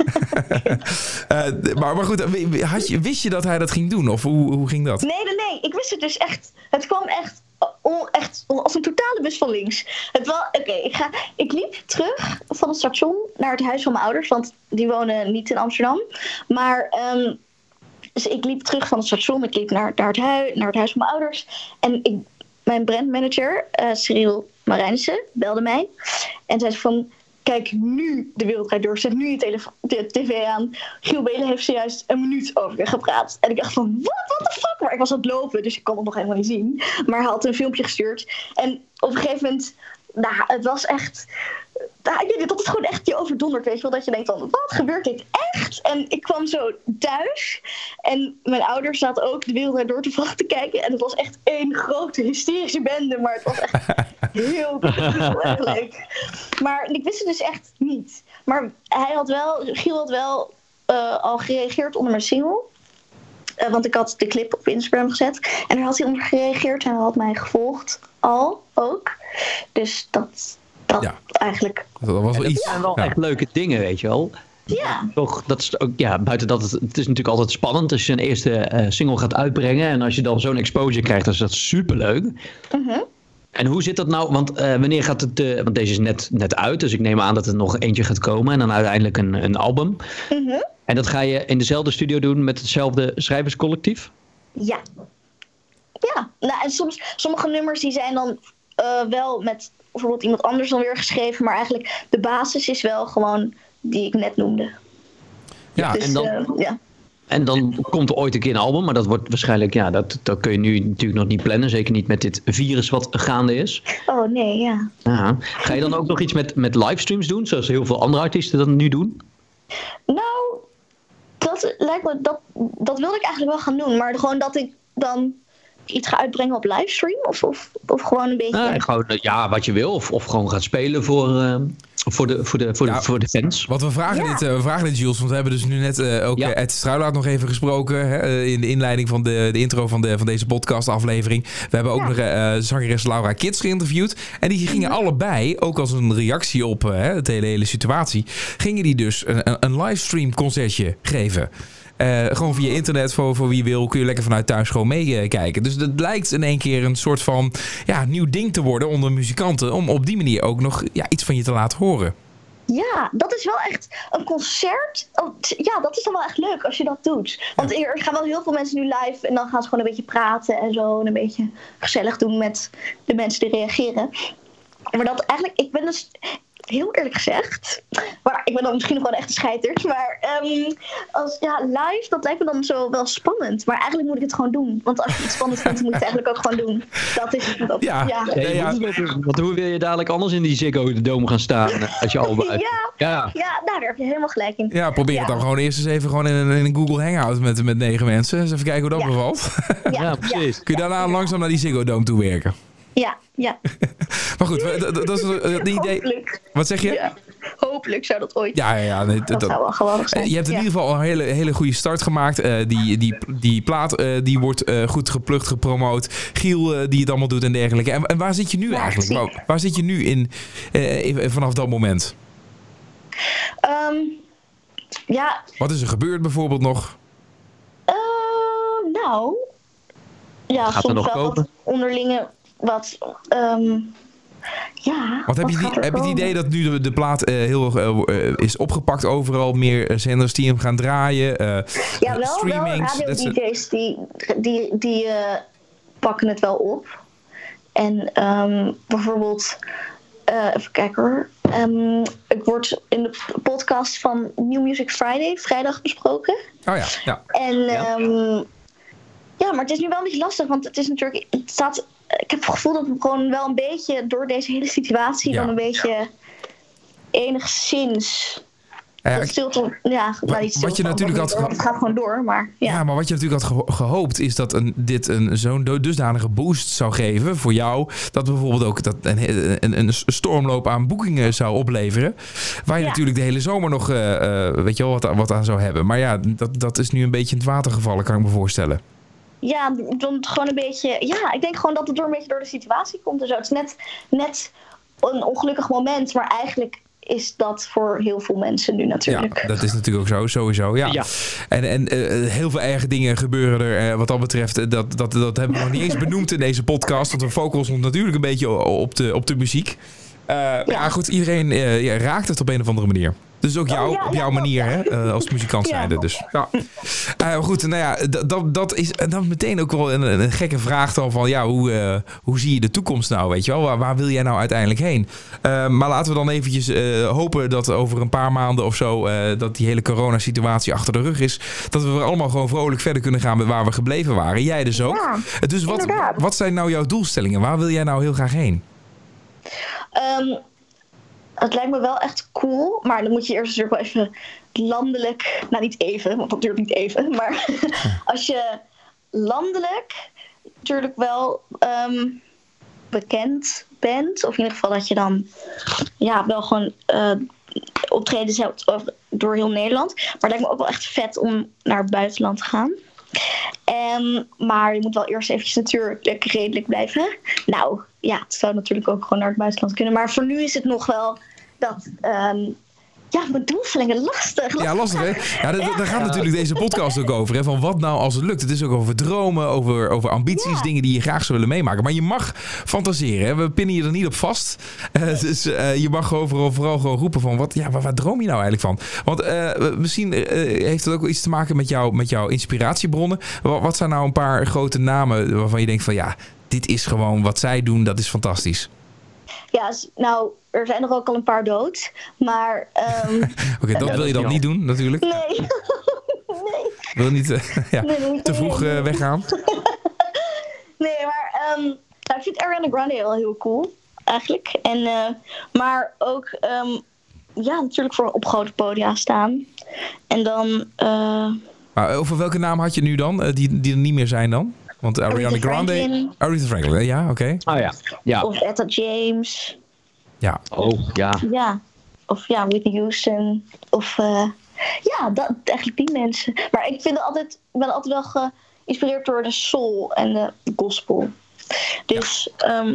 Maar goed, wist je dat hij dat ging doen? Of hoe ging dat? Nee. Ik wist het dus echt. Het kwam echt als een totale bus van links. Ik liep terug van het station naar het huis van mijn ouders, want die wonen niet in Amsterdam. Maar dus ik liep terug van het station, ik liep naar het huis van mijn ouders. En mijn brandmanager, Cyril Marijnissen, belde mij en zei van: kijk, nu De Wereld Draait Door, zet nu je tv aan. Giel Belen heeft zojuist een minuut over je gepraat. En ik dacht van, what the fuck? Maar ik was aan het lopen, dus ik kon het nog helemaal niet zien. Maar hij had een filmpje gestuurd. En op een gegeven moment, het was echt... ik weet niet, dat is gewoon echt je overdonderd, weet je wel. Dat je denkt van, wat gebeurt dit echt? En ik kwam zo thuis. En mijn ouders zaten ook De Wereld Draait Door toevallig te kijken. En het was echt één grote hysterische bende. Maar het was echt heel erg leuk. Maar ik wist het dus echt niet. Maar Giel had wel al gereageerd onder mijn single. Want ik had de clip op Instagram gezet. En daar had hij onder gereageerd. En hij had mij gevolgd al ook. Dus dat eigenlijk. Dat was wel iets. Dat zijn wel echt leuke dingen, weet je wel. Ja. Toch, dat is ook, buiten dat het is natuurlijk altijd spannend als je een eerste single gaat uitbrengen. En als je dan zo'n exposure krijgt, dan is dat superleuk. En hoe zit dat nou? Want wanneer gaat het... want deze is net uit, dus ik neem aan dat er nog eentje gaat komen. En dan uiteindelijk een album. En dat ga je in dezelfde studio doen met hetzelfde schrijverscollectief? Ja. Ja. Nou, en sommige nummers die zijn dan wel met bijvoorbeeld iemand anders dan weer geschreven. Maar eigenlijk de basis is wel gewoon die ik net noemde. Ja, dus, en dan komt er ooit een keer een album. Maar dat wordt waarschijnlijk... dat kun je nu natuurlijk nog niet plannen. Zeker niet met dit virus wat gaande is. Oh nee, ja. Ga je dan ook nog iets met livestreams doen? Zoals heel veel andere artiesten dat nu doen? Nou, dat lijkt me... Dat wilde ik eigenlijk wel gaan doen. Maar gewoon dat ik dan iets ga uitbrengen op livestream? Of gewoon een beetje... wat je wil. Of gewoon gaat spelen voor de fans. Wat we vragen dit, Jules, want we hebben dus nu net ook Ed Struilaert nog even gesproken. Hè, in de inleiding van de intro van deze podcastaflevering. We hebben ook nog zangeres Laura Kits geïnterviewd. En die gingen allebei, ook als een reactie op de hele situatie, gingen die dus een livestream concertje geven. Gewoon via internet, voor wie wil, kun je lekker vanuit thuis gewoon meekijken. Dus het lijkt in één keer een soort van nieuw ding te worden onder muzikanten. Om op die manier ook nog iets van je te laten horen. Ja, dat is wel echt een concert. Dat is dan wel echt leuk als je dat doet. Want er gaan wel heel veel mensen nu live en dan gaan ze gewoon een beetje praten en zo. En een beetje gezellig doen met de mensen die reageren. Maar dat eigenlijk, ik ben dus... Heel eerlijk gezegd. Maar ik ben dan misschien nog wel echt een scheiterd. Maar live, dat lijkt me dan zo wel spannend. Maar eigenlijk moet ik het gewoon doen. Want als je iets spannend vindt, moet je het eigenlijk ook gewoon doen. Dat is het. Want hoe wil je dadelijk anders in die Ziggo Dome gaan staan? Als je al daar heb je helemaal gelijk in. Ja, probeer het dan gewoon eerst eens even gewoon in een Google Hangout met 9 mensen. Dus even kijken hoe dat bevalt. Ja, precies. Kun je daarna langzaam naar die Ziggo Dome toe werken? Ja. Maar goed, dat is het idee. Hopelijk. Wat zeg je? Ja. Hopelijk zou dat ooit. Ja. Nee, dat zou wel geweldig zijn. Je hebt in ieder geval al een hele goede start gemaakt. Die plaat die wordt goed geplukt, gepromoot. Giel die het allemaal doet en dergelijke. En waar zit je nu eigenlijk? Waar zit je nu in vanaf dat moment? Wat is er gebeurd bijvoorbeeld nog? Nou, ja, gaat soms er nog wel komen? wat onderlinge, wat, Want heb je het idee dat nu de plaat heel is opgepakt overal? Meer zenders die hem gaan draaien? Ja, wel streamings? radio-dj's die pakken het wel op. En bijvoorbeeld, even kijken hoor. Ik word in de podcast van New Music Friday vrijdag besproken. Oh ja. En maar het is nu wel een beetje lastig, want het is natuurlijk, ik heb het gevoel dat we gewoon wel een beetje door deze hele situatie dan een beetje enigszins stilte. Ja, niet stilte. Wat je natuurlijk had het gaat gewoon door, maar ja, maar wat je natuurlijk had gehoopt is dat dit zo'n dusdanige boost zou geven voor jou, dat bijvoorbeeld ook dat een stormloop aan boekingen zou opleveren, waar je natuurlijk de hele zomer nog weet je wel wat aan zou hebben. Maar ja, dat is nu een beetje in het water gevallen, kan ik me voorstellen. Ja, dan gewoon een beetje. Ja, ik denk gewoon dat het een beetje door de situatie komt en zo. Het is net een ongelukkig moment, maar eigenlijk is dat voor heel veel mensen nu natuurlijk. Ja, dat is natuurlijk ook zo, sowieso. Ja. En heel veel erge dingen gebeuren er wat dat betreft. Dat hebben we nog niet eens benoemd in deze podcast. Want we focussen ons natuurlijk een beetje op de muziek. Ja, goed, iedereen raakt het op een of andere manier. Dus ook op jouw manier, hè, als muzikant zijnde. Dus, goed, nou ja, dat is dan meteen ook wel een gekke vraag dan van, ja, hoe zie je de toekomst nou, weet je wel? Waar wil jij nou uiteindelijk heen? Maar laten we dan eventjes hopen dat over een paar maanden of zo, dat die hele coronasituatie achter de rug is. Dat we allemaal gewoon vrolijk verder kunnen gaan waar we gebleven waren. Jij dus ook. Ja, dus wat zijn nou jouw doelstellingen? Waar wil jij nou heel graag heen? Het lijkt me wel echt cool, maar dan moet je eerst natuurlijk wel even landelijk, nou niet even, want dat duurt niet even, maar als je landelijk natuurlijk wel bekend bent, of in ieder geval dat je dan wel gewoon optredens hebt door heel Nederland, maar het lijkt me ook wel echt vet om naar het buitenland te gaan. Maar je moet wel eerst eventjes natuurlijk redelijk blijven. Nou, ja, het zou natuurlijk ook gewoon naar het buitenland kunnen. Maar voor nu is het nog wel dat... mijn doelstellingen lastig. Ja, lastig hè? Ja, daar gaat natuurlijk deze podcast ook over. Hè? Van wat nou als het lukt? Het is ook over dromen, over ambities, dingen die je graag zou willen meemaken. Maar je mag fantaseren. Hè? We pinnen je er niet op vast. Dus je mag overal vooral gewoon roepen van waar droom je nou eigenlijk van? Want misschien heeft het ook iets te maken met jouw inspiratiebronnen. Wat zijn nou een paar grote namen waarvan je denkt van dit is gewoon wat zij doen, dat is fantastisch. Ja, nou, er zijn er ook al een paar dood, maar... Oké, dat wil je dan niet doen, natuurlijk. Nee. Nee. Wil je niet te vroeg weggaan? Nee, maar ik vind Ariana Grande wel heel cool, eigenlijk. Maar ook, natuurlijk voor op grote podia staan. En dan... Maar over welke naam had je nu dan, die er niet meer zijn dan? Want Ariana Grande... Aretha Franklin, ja, oké. Oh ja. Of Etta James. Ja. Oh, ja. Ja. Of Whitney Houston. Of eigenlijk die mensen. Maar ik ben altijd wel geïnspireerd door de soul en de gospel. Dus,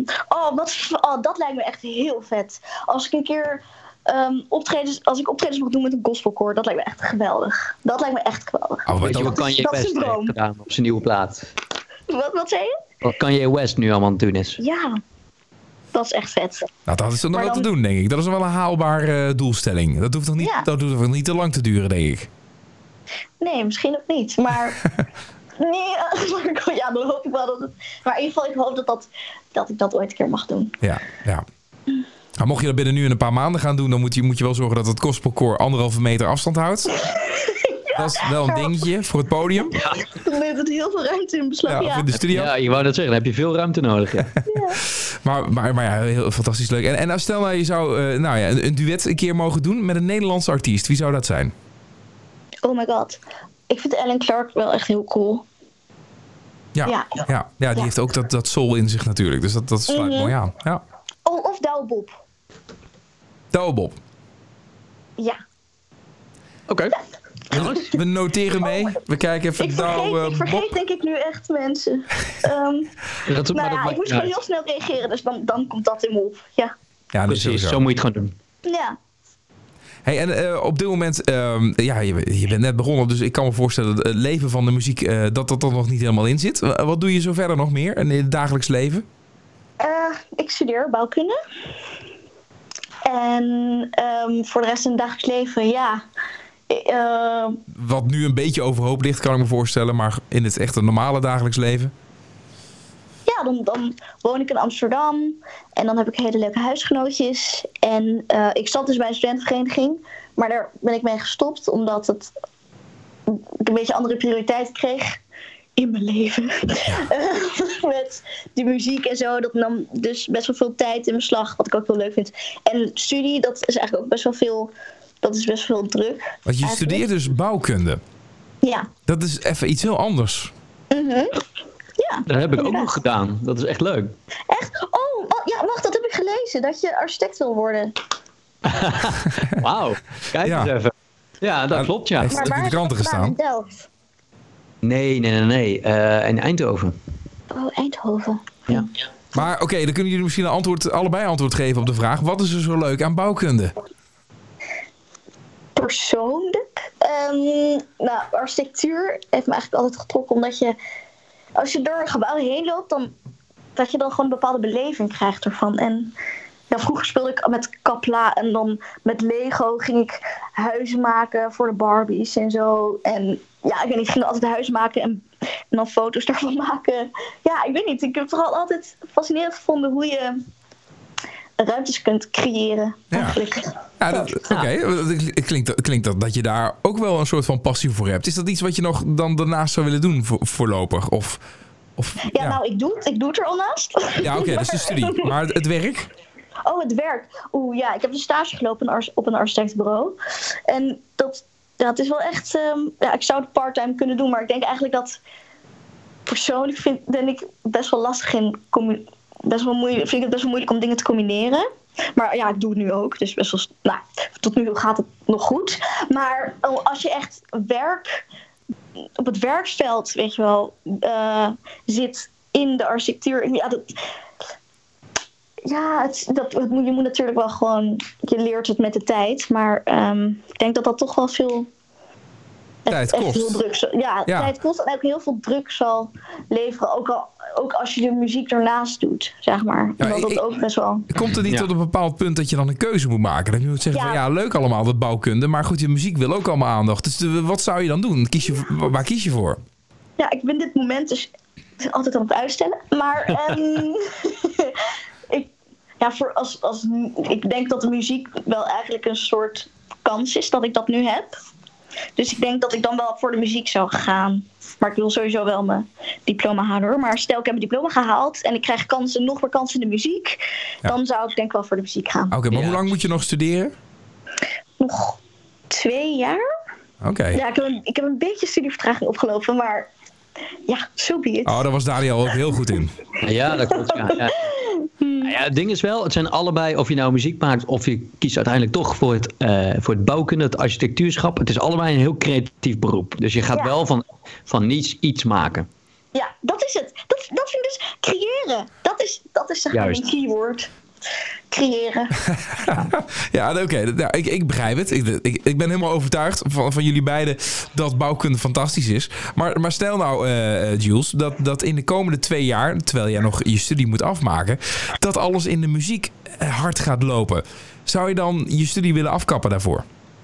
dat lijkt me echt heel vet. Als ik een keer optredens mag doen met een gospelkoor, dat lijkt me echt geweldig. Dat lijkt me echt geweldig. Wat Kanye West heeft gedaan op zijn nieuwe plaat. Wat zei je? Wat Kanye West nu allemaal aan het doen is. Ja, dat is echt vet. Nou, dat is er nog wel te doen, denk ik. Dat is wel een haalbare doelstelling. Dat hoeft toch niet te lang te duren, denk ik. Nee, misschien ook niet. Maar nee, dan hoop ik wel dat het... Maar in ieder geval, ik hoop dat ik dat ooit een keer mag doen. Ja. Maar mocht je dat binnen nu in een paar maanden gaan doen, dan moet je wel zorgen dat het gospelkoor 1,5 meter afstand houdt. Dat is wel een dingetje voor het podium. Ja. Dan neemt het heel veel ruimte in beslag. Ja, in de studio. Ja, je wou dat zeggen. Dan heb je veel ruimte nodig. Ja. Maar heel fantastisch leuk. En stel nou, je zou een duet een keer mogen doen met een Nederlandse artiest. Wie zou dat zijn? Oh my god. Ik vind Ellen Clark wel echt heel cool. Ja, die heeft ook dat soul in zich natuurlijk. Dus dat sluit mooi aan. Ja. Of of Douwe Bob. Douwe Bob. Ja. Oké. We noteren mee. We kijken even Douwe Bob. Ik vergeet denk ik nu echt mensen. Ik moest gewoon heel snel reageren, dus dan komt dat in me op. Ja, precies. Zo moet je het gewoon doen. Ja. Hey, en op dit moment, je bent net begonnen, dus ik kan me voorstellen dat het leven van de muziek, dat er nog niet helemaal in zit. Wat doe je zo verder nog meer in het dagelijks leven? Ik studeer bouwkunde. En voor de rest in het dagelijks leven, ja. Wat nu een beetje overhoop ligt, kan ik me voorstellen, maar in het echte normale dagelijks leven? Ja, dan woon ik in Amsterdam en dan heb ik hele leuke huisgenootjes. En ik zat dus bij een studentenvereniging, maar daar ben ik mee gestopt omdat ik een beetje andere prioriteiten kreeg in mijn leven. Met die muziek en zo, dat nam dus best wel veel tijd in beslag, wat ik ook heel leuk vind. En studie, dat is eigenlijk ook best wel veel druk. Want je studeert dus bouwkunde. Ja. Dat is even iets heel anders. Mm-hmm. Ja, dat heb ik ook nog gedaan. Dat is echt leuk. Echt? Oh, ja, wacht, dat heb ik gelezen. Dat je architect wil worden. Wauw, kijk eens even. Ja, dat klopt, ja. Heeft het ook in de kranten gestaan? In Delft? Nee. In Eindhoven. Oh, Eindhoven. Ja. Maar oké, dan kunnen jullie misschien allebei antwoord geven op de vraag. Wat is er zo leuk aan bouwkunde? Persoonlijk? Architectuur heeft me eigenlijk altijd getrokken. Omdat je, als je door een gebouw heen loopt, dat je dan gewoon een bepaalde beleving krijgt ervan. En ja, vroeger speelde ik met Kapla en dan met Lego ging ik huizen maken voor de Barbies en zo. En ja, ik ging altijd huizen maken en dan foto's daarvan maken. Ja, ik weet niet. Ik heb het vooral altijd fascinerend gevonden hoe je ruimtes kunt creëren. Eigenlijk. Ja, het klinkt dat je daar ook wel een soort van passie voor hebt. Is dat iets wat je nog dan daarnaast zou willen doen voorlopig? Nou, ik doe het er al naast. Ja, oké, dat is de studie. Maar het werk? Oh, het werk. Ik heb een stage gelopen op een architectenbureau. En het is wel echt... ik zou het part-time kunnen doen, maar ik denk eigenlijk dat... Persoonlijk ben ik best wel lastig vind ik het best wel moeilijk om dingen te combineren. Maar ja, ik doe het nu ook. Dus best wel... tot nu gaat het nog goed. Maar als je echt op het werkveld, weet je wel, zit in de architectuur... je moet natuurlijk wel gewoon... Je leert het met de tijd. Maar ik denk dat toch wel veel... Tijd kost. Heel druk tijd kost en ook heel veel druk zal leveren. Ook als je de muziek ernaast doet, zeg maar. Dat ook best wel... Komt er niet tot een bepaald punt dat je dan een keuze moet maken? Dat je moet zeggen van leuk allemaal, dat bouwkunde. Maar goed, je muziek wil ook allemaal aandacht. Dus wat zou je dan doen? Waar kies je voor? Ja, ik ben dit moment dus altijd aan het uitstellen. Maar ik denk dat de muziek wel eigenlijk een soort kans is dat ik dat nu heb. Dus ik denk dat ik dan wel voor de muziek zou gaan. Maar ik wil sowieso wel mijn diploma halen hoor. Maar stel ik heb mijn diploma gehaald en ik krijg nog meer kansen in de muziek. Ja. Dan zou ik denk wel voor de muziek gaan. Oké, maar hoe lang moet je nog studeren? Nog 2 jaar. Oké. Ja, ik heb een beetje studievertraging opgelopen, maar ja, so be it. Oh, daar was Daniel ook heel goed in. Ja, dat klopt. Ja. Het ding is wel, het zijn allebei, of je nou muziek maakt of je kiest uiteindelijk toch voor het bouwkunde, het architectuurschap. Het is allebei een heel creatief beroep. Dus je gaat wel van niets iets maken. Ja, dat is het. Dat vind ik dus creëren. Dat is zeg maar een keyword. Creëren. Ja, oké. Nou, ik begrijp het. Ik ben helemaal overtuigd van jullie beiden dat bouwkunde fantastisch is. Maar stel nou, Jules, dat in de komende 2 jaar, terwijl jij nog je studie moet afmaken, dat alles in de muziek hard gaat lopen. Zou je dan je studie willen afkappen daarvoor?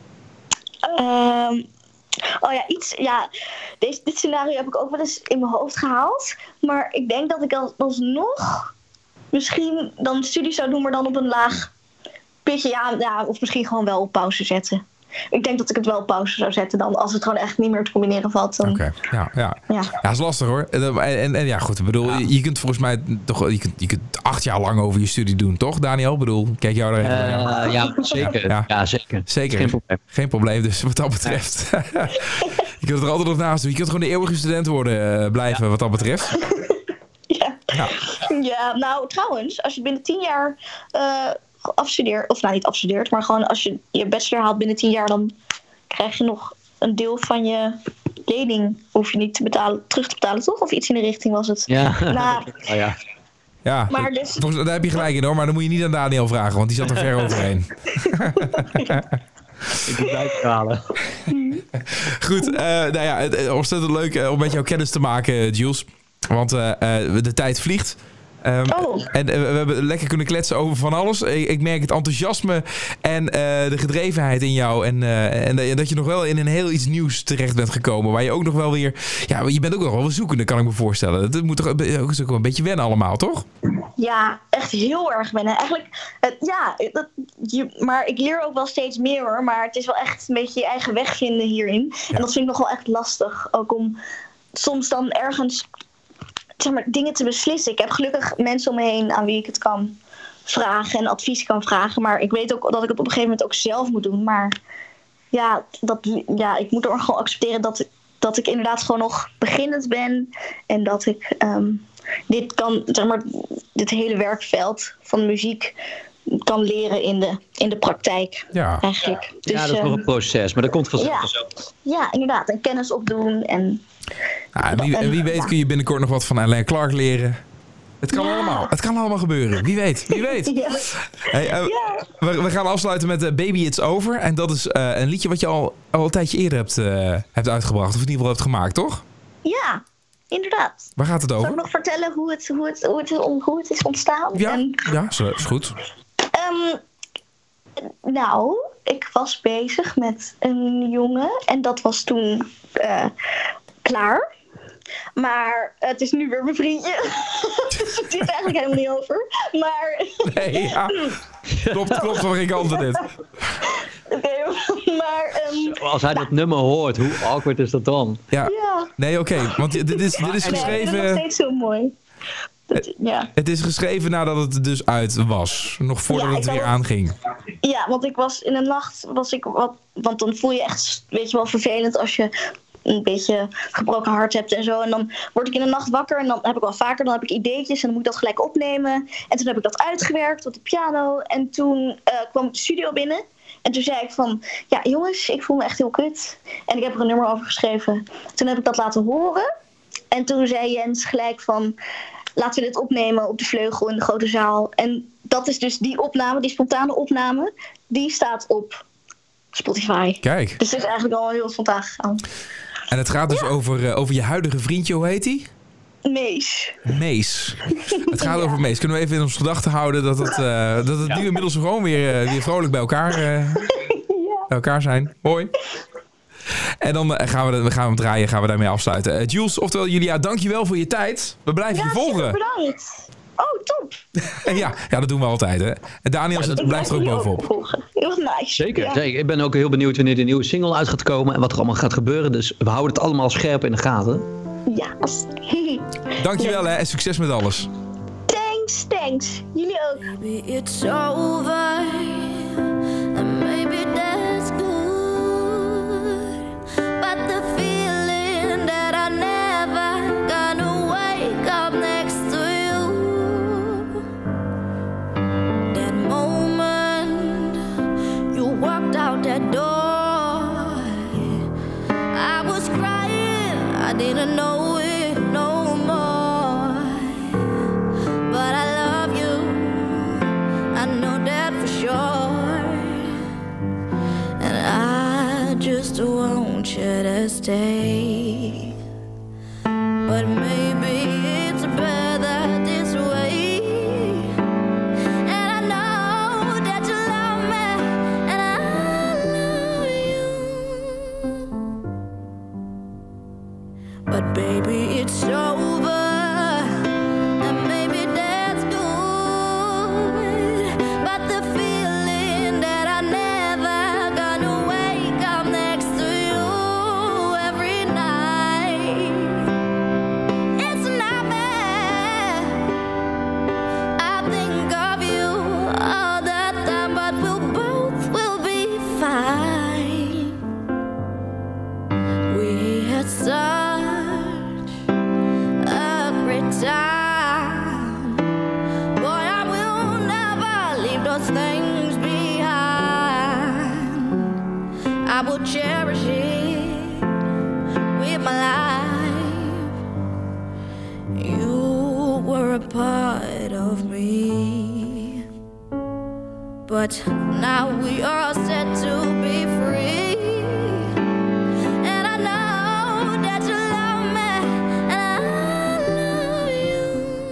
Dit scenario heb ik ook wel eens in mijn hoofd gehaald. Maar ik denk dat ik alsnog misschien dan de studie zou doen, maar dan op een laag pitje. Of misschien gewoon wel op pauze zetten. Ik denk dat ik het wel op pauze zou zetten dan, als het gewoon echt niet meer te combineren valt. Oké. Ja, dat is lastig hoor. En ja, goed. Ik bedoel, je kunt volgens mij toch, je kunt 8 jaar lang over je studie doen, toch, Daniel? Ik bedoel, kijk jou er even. Ja, zeker. Ja, zeker. Geen probleem dus, wat dat betreft. Je kunt er altijd nog naast doen. Je kunt gewoon de eeuwige student blijven, wat dat betreft. Ja. Ja, nou trouwens, als je binnen 10 jaar afstudeert, of nou niet afstudeert, maar gewoon als je je bachelor haalt binnen 10 jaar, dan krijg je nog een deel van je lening, hoef je niet terug te betalen, toch? Of iets in de richting was het. Ja. Nou, ja. Ja, maar dus... daar heb je gelijk in hoor, maar dan moet je niet aan Daniel vragen, want die zat er ver overheen. Ik moet uithalen. Goed, nou ja, het ontzettend leuk om met jou kennis te maken, Jules. Want de tijd vliegt. En we hebben lekker kunnen kletsen over van alles. Ik merk het enthousiasme en de gedrevenheid in jou. En dat je nog wel in een heel iets nieuws terecht bent gekomen. Waar je ook nog wel weer... Ja, je bent ook nog wel zoekende, kan ik me voorstellen. Het moet toch ook een beetje wennen allemaal, toch? Ja, echt heel erg wennen. Eigenlijk, maar ik leer ook wel steeds meer hoor. Maar het is wel echt een beetje je eigen weg vinden hierin. Ja. En dat vind ik nog wel echt lastig. Ook om soms dan ergens... zeg maar, dingen te beslissen. Ik heb gelukkig mensen om me heen aan wie ik het kan vragen en advies kan vragen. Maar ik weet ook dat ik het op een gegeven moment ook zelf moet doen. Maar ik moet er gewoon accepteren dat ik inderdaad gewoon nog beginnend ben. En dat ik dit hele werkveld van muziek kan leren in de praktijk. Ja. Eigenlijk. Dus, ja, dat is nog een proces, maar dat komt vanzelf. Ja, inderdaad. En kennis opdoen en... En wie weet kun je binnenkort nog wat van Alain Clark leren. Het kan allemaal. Het kan allemaal gebeuren. Wie weet. Wie weet. Ja. Hey, we gaan afsluiten met Baby It's Over. En dat is een liedje wat je al een tijdje eerder hebt uitgebracht. Of in ieder geval hebt gemaakt, toch? Ja, inderdaad. Waar gaat het over? Zal ik nog vertellen hoe het is ontstaan? Ja, is goed. Nou, ik was bezig met een jongen. En dat was toen... klaar. Maar het is nu weer mijn vriendje. Dus het is eigenlijk helemaal niet over. Maar... Nee, ja. Klopt van geen kanten dit. Oké, maar... Als hij dat nummer hoort, hoe awkward is dat dan? Ja. Nee, oké. Want dit is geschreven... Nee, dat is nog steeds zo mooi. Het is geschreven nadat het dus uit was. Nog voordat het weer aanging. Ja, want ik was in een nacht... want dan voel je echt, weet je wel, vervelend als je... een beetje gebroken hart hebt en zo. En dan word ik in de nacht wakker en dan heb ik wel vaker, dan heb ik ideetjes en dan moet ik dat gelijk opnemen. En toen heb ik dat uitgewerkt op de piano. En toen kwam ik de studio binnen. En toen zei ik van, ja jongens, ik voel me echt heel kut. En ik heb er een nummer over geschreven. Toen heb ik dat laten horen. En toen zei Jens gelijk van, laten we dit opnemen op de vleugel in de grote zaal. En dat is dus die opname, die spontane opname, die staat op Spotify. Kijk. Dus het is eigenlijk al heel spontaan gegaan. En het gaat dus over je huidige vriendje, hoe heet hij? Mees. Het gaat over Mees. Kunnen we even in ons gedachten houden dat het nu inmiddels gewoon weer vrolijk bij elkaar zijn. Hoi. En dan gaan we hem draaien, gaan we daarmee afsluiten. Jules, oftewel Julia, dankjewel voor je tijd. We blijven je volgen. Bedankt. Oh, top. ja, dat doen we altijd. Hè. En Daniel blijft er ook bovenop. Heel nice. Zeker. Ik ben ook heel benieuwd wanneer de nieuwe single uit gaat komen en wat er allemaal gaat gebeuren. Dus we houden het allemaal scherp in de gaten. Ja. Dankjewel hè, en succes met alles. Thanks. Jullie ook. Maybe it's over. And maybe that's good. But the feeling that I never gonna wake up next to you. That moment you walked out that door, I was crying, I didn't know it no more. But I love you, I know that for sure. And I just want you to stay. But maybe it's better this way. And I know that you love me, and I love you. But baby, it's over. And maybe that's good. But the feeling that I never gonna wake up next to you every night. It's not bad. I think of you all the time, but we'll be fine. We had such a will cherish it with my life. You were a part of me, but now we are all set to be free. And I know that you love me, and I love you.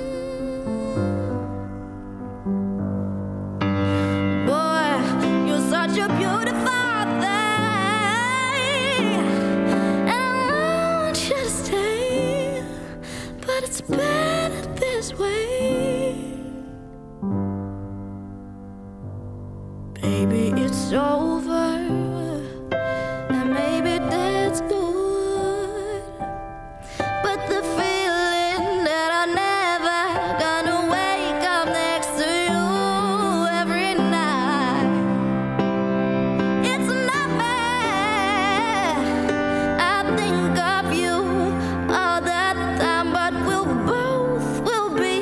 Boy, you're such a beautiful thing, and I want you to stay, but it's better this way. Baby, it's over, and maybe that's good. But the feeling that I'm never gonna wake up next to you every night, it's a nightmare. I think of you all the time, but we'll be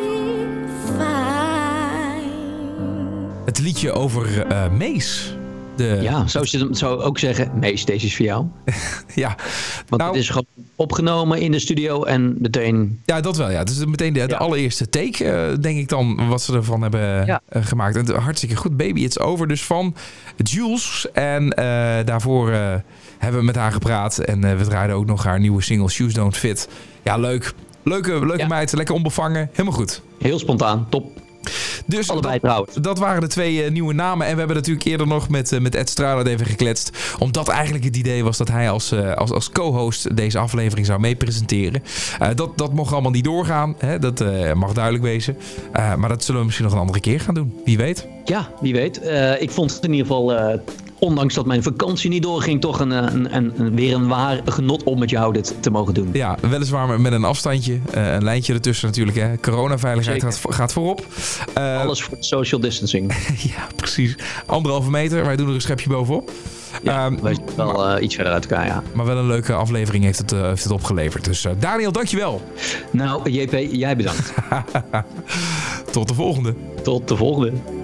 fine. Het liedje over Mees. Ja, zou ook zeggen, Mees, deze is voor jou. Ja. Want het is gewoon opgenomen in de studio en meteen... Ja, dat wel. Ja. Het is meteen de allereerste take, denk ik dan, wat ze ervan hebben gemaakt. En hartstikke goed. Baby, It's Over. Dus van Jules. En daarvoor hebben we met haar gepraat. En we draaiden ook nog haar nieuwe single Shoes Don't Fit. Ja, leuk. Leuke meid. Lekker onbevangen. Helemaal goed. Heel spontaan. Top. Dus allebei trouwens. Dat waren de 2 nieuwe namen. En we hebben natuurlijk eerder nog met Ed Struilaert even gekletst. Omdat eigenlijk het idee was dat hij als co-host deze aflevering zou mee presenteren. Dat mocht allemaal niet doorgaan. Hè? Dat mag duidelijk wezen. Maar dat zullen we misschien nog een andere keer gaan doen. Wie weet. Ja, wie weet. Ik vond het in ieder geval... ondanks dat mijn vakantie niet doorging, toch weer een waar genot om met jou dit te mogen doen. Ja, weliswaar met een afstandje. Een lijntje ertussen natuurlijk. Hè. Coronaveiligheid gaat voorop. Alles voor social distancing. Ja, precies. 1,5 meter. Wij doen er een schepje bovenop. Ja, wij zijn wel iets verder uit elkaar, ja. Maar wel een leuke aflevering heeft het opgeleverd. Dus Daniel, dankjewel. Nou, JP, jij bedankt. Tot de volgende. Tot de volgende.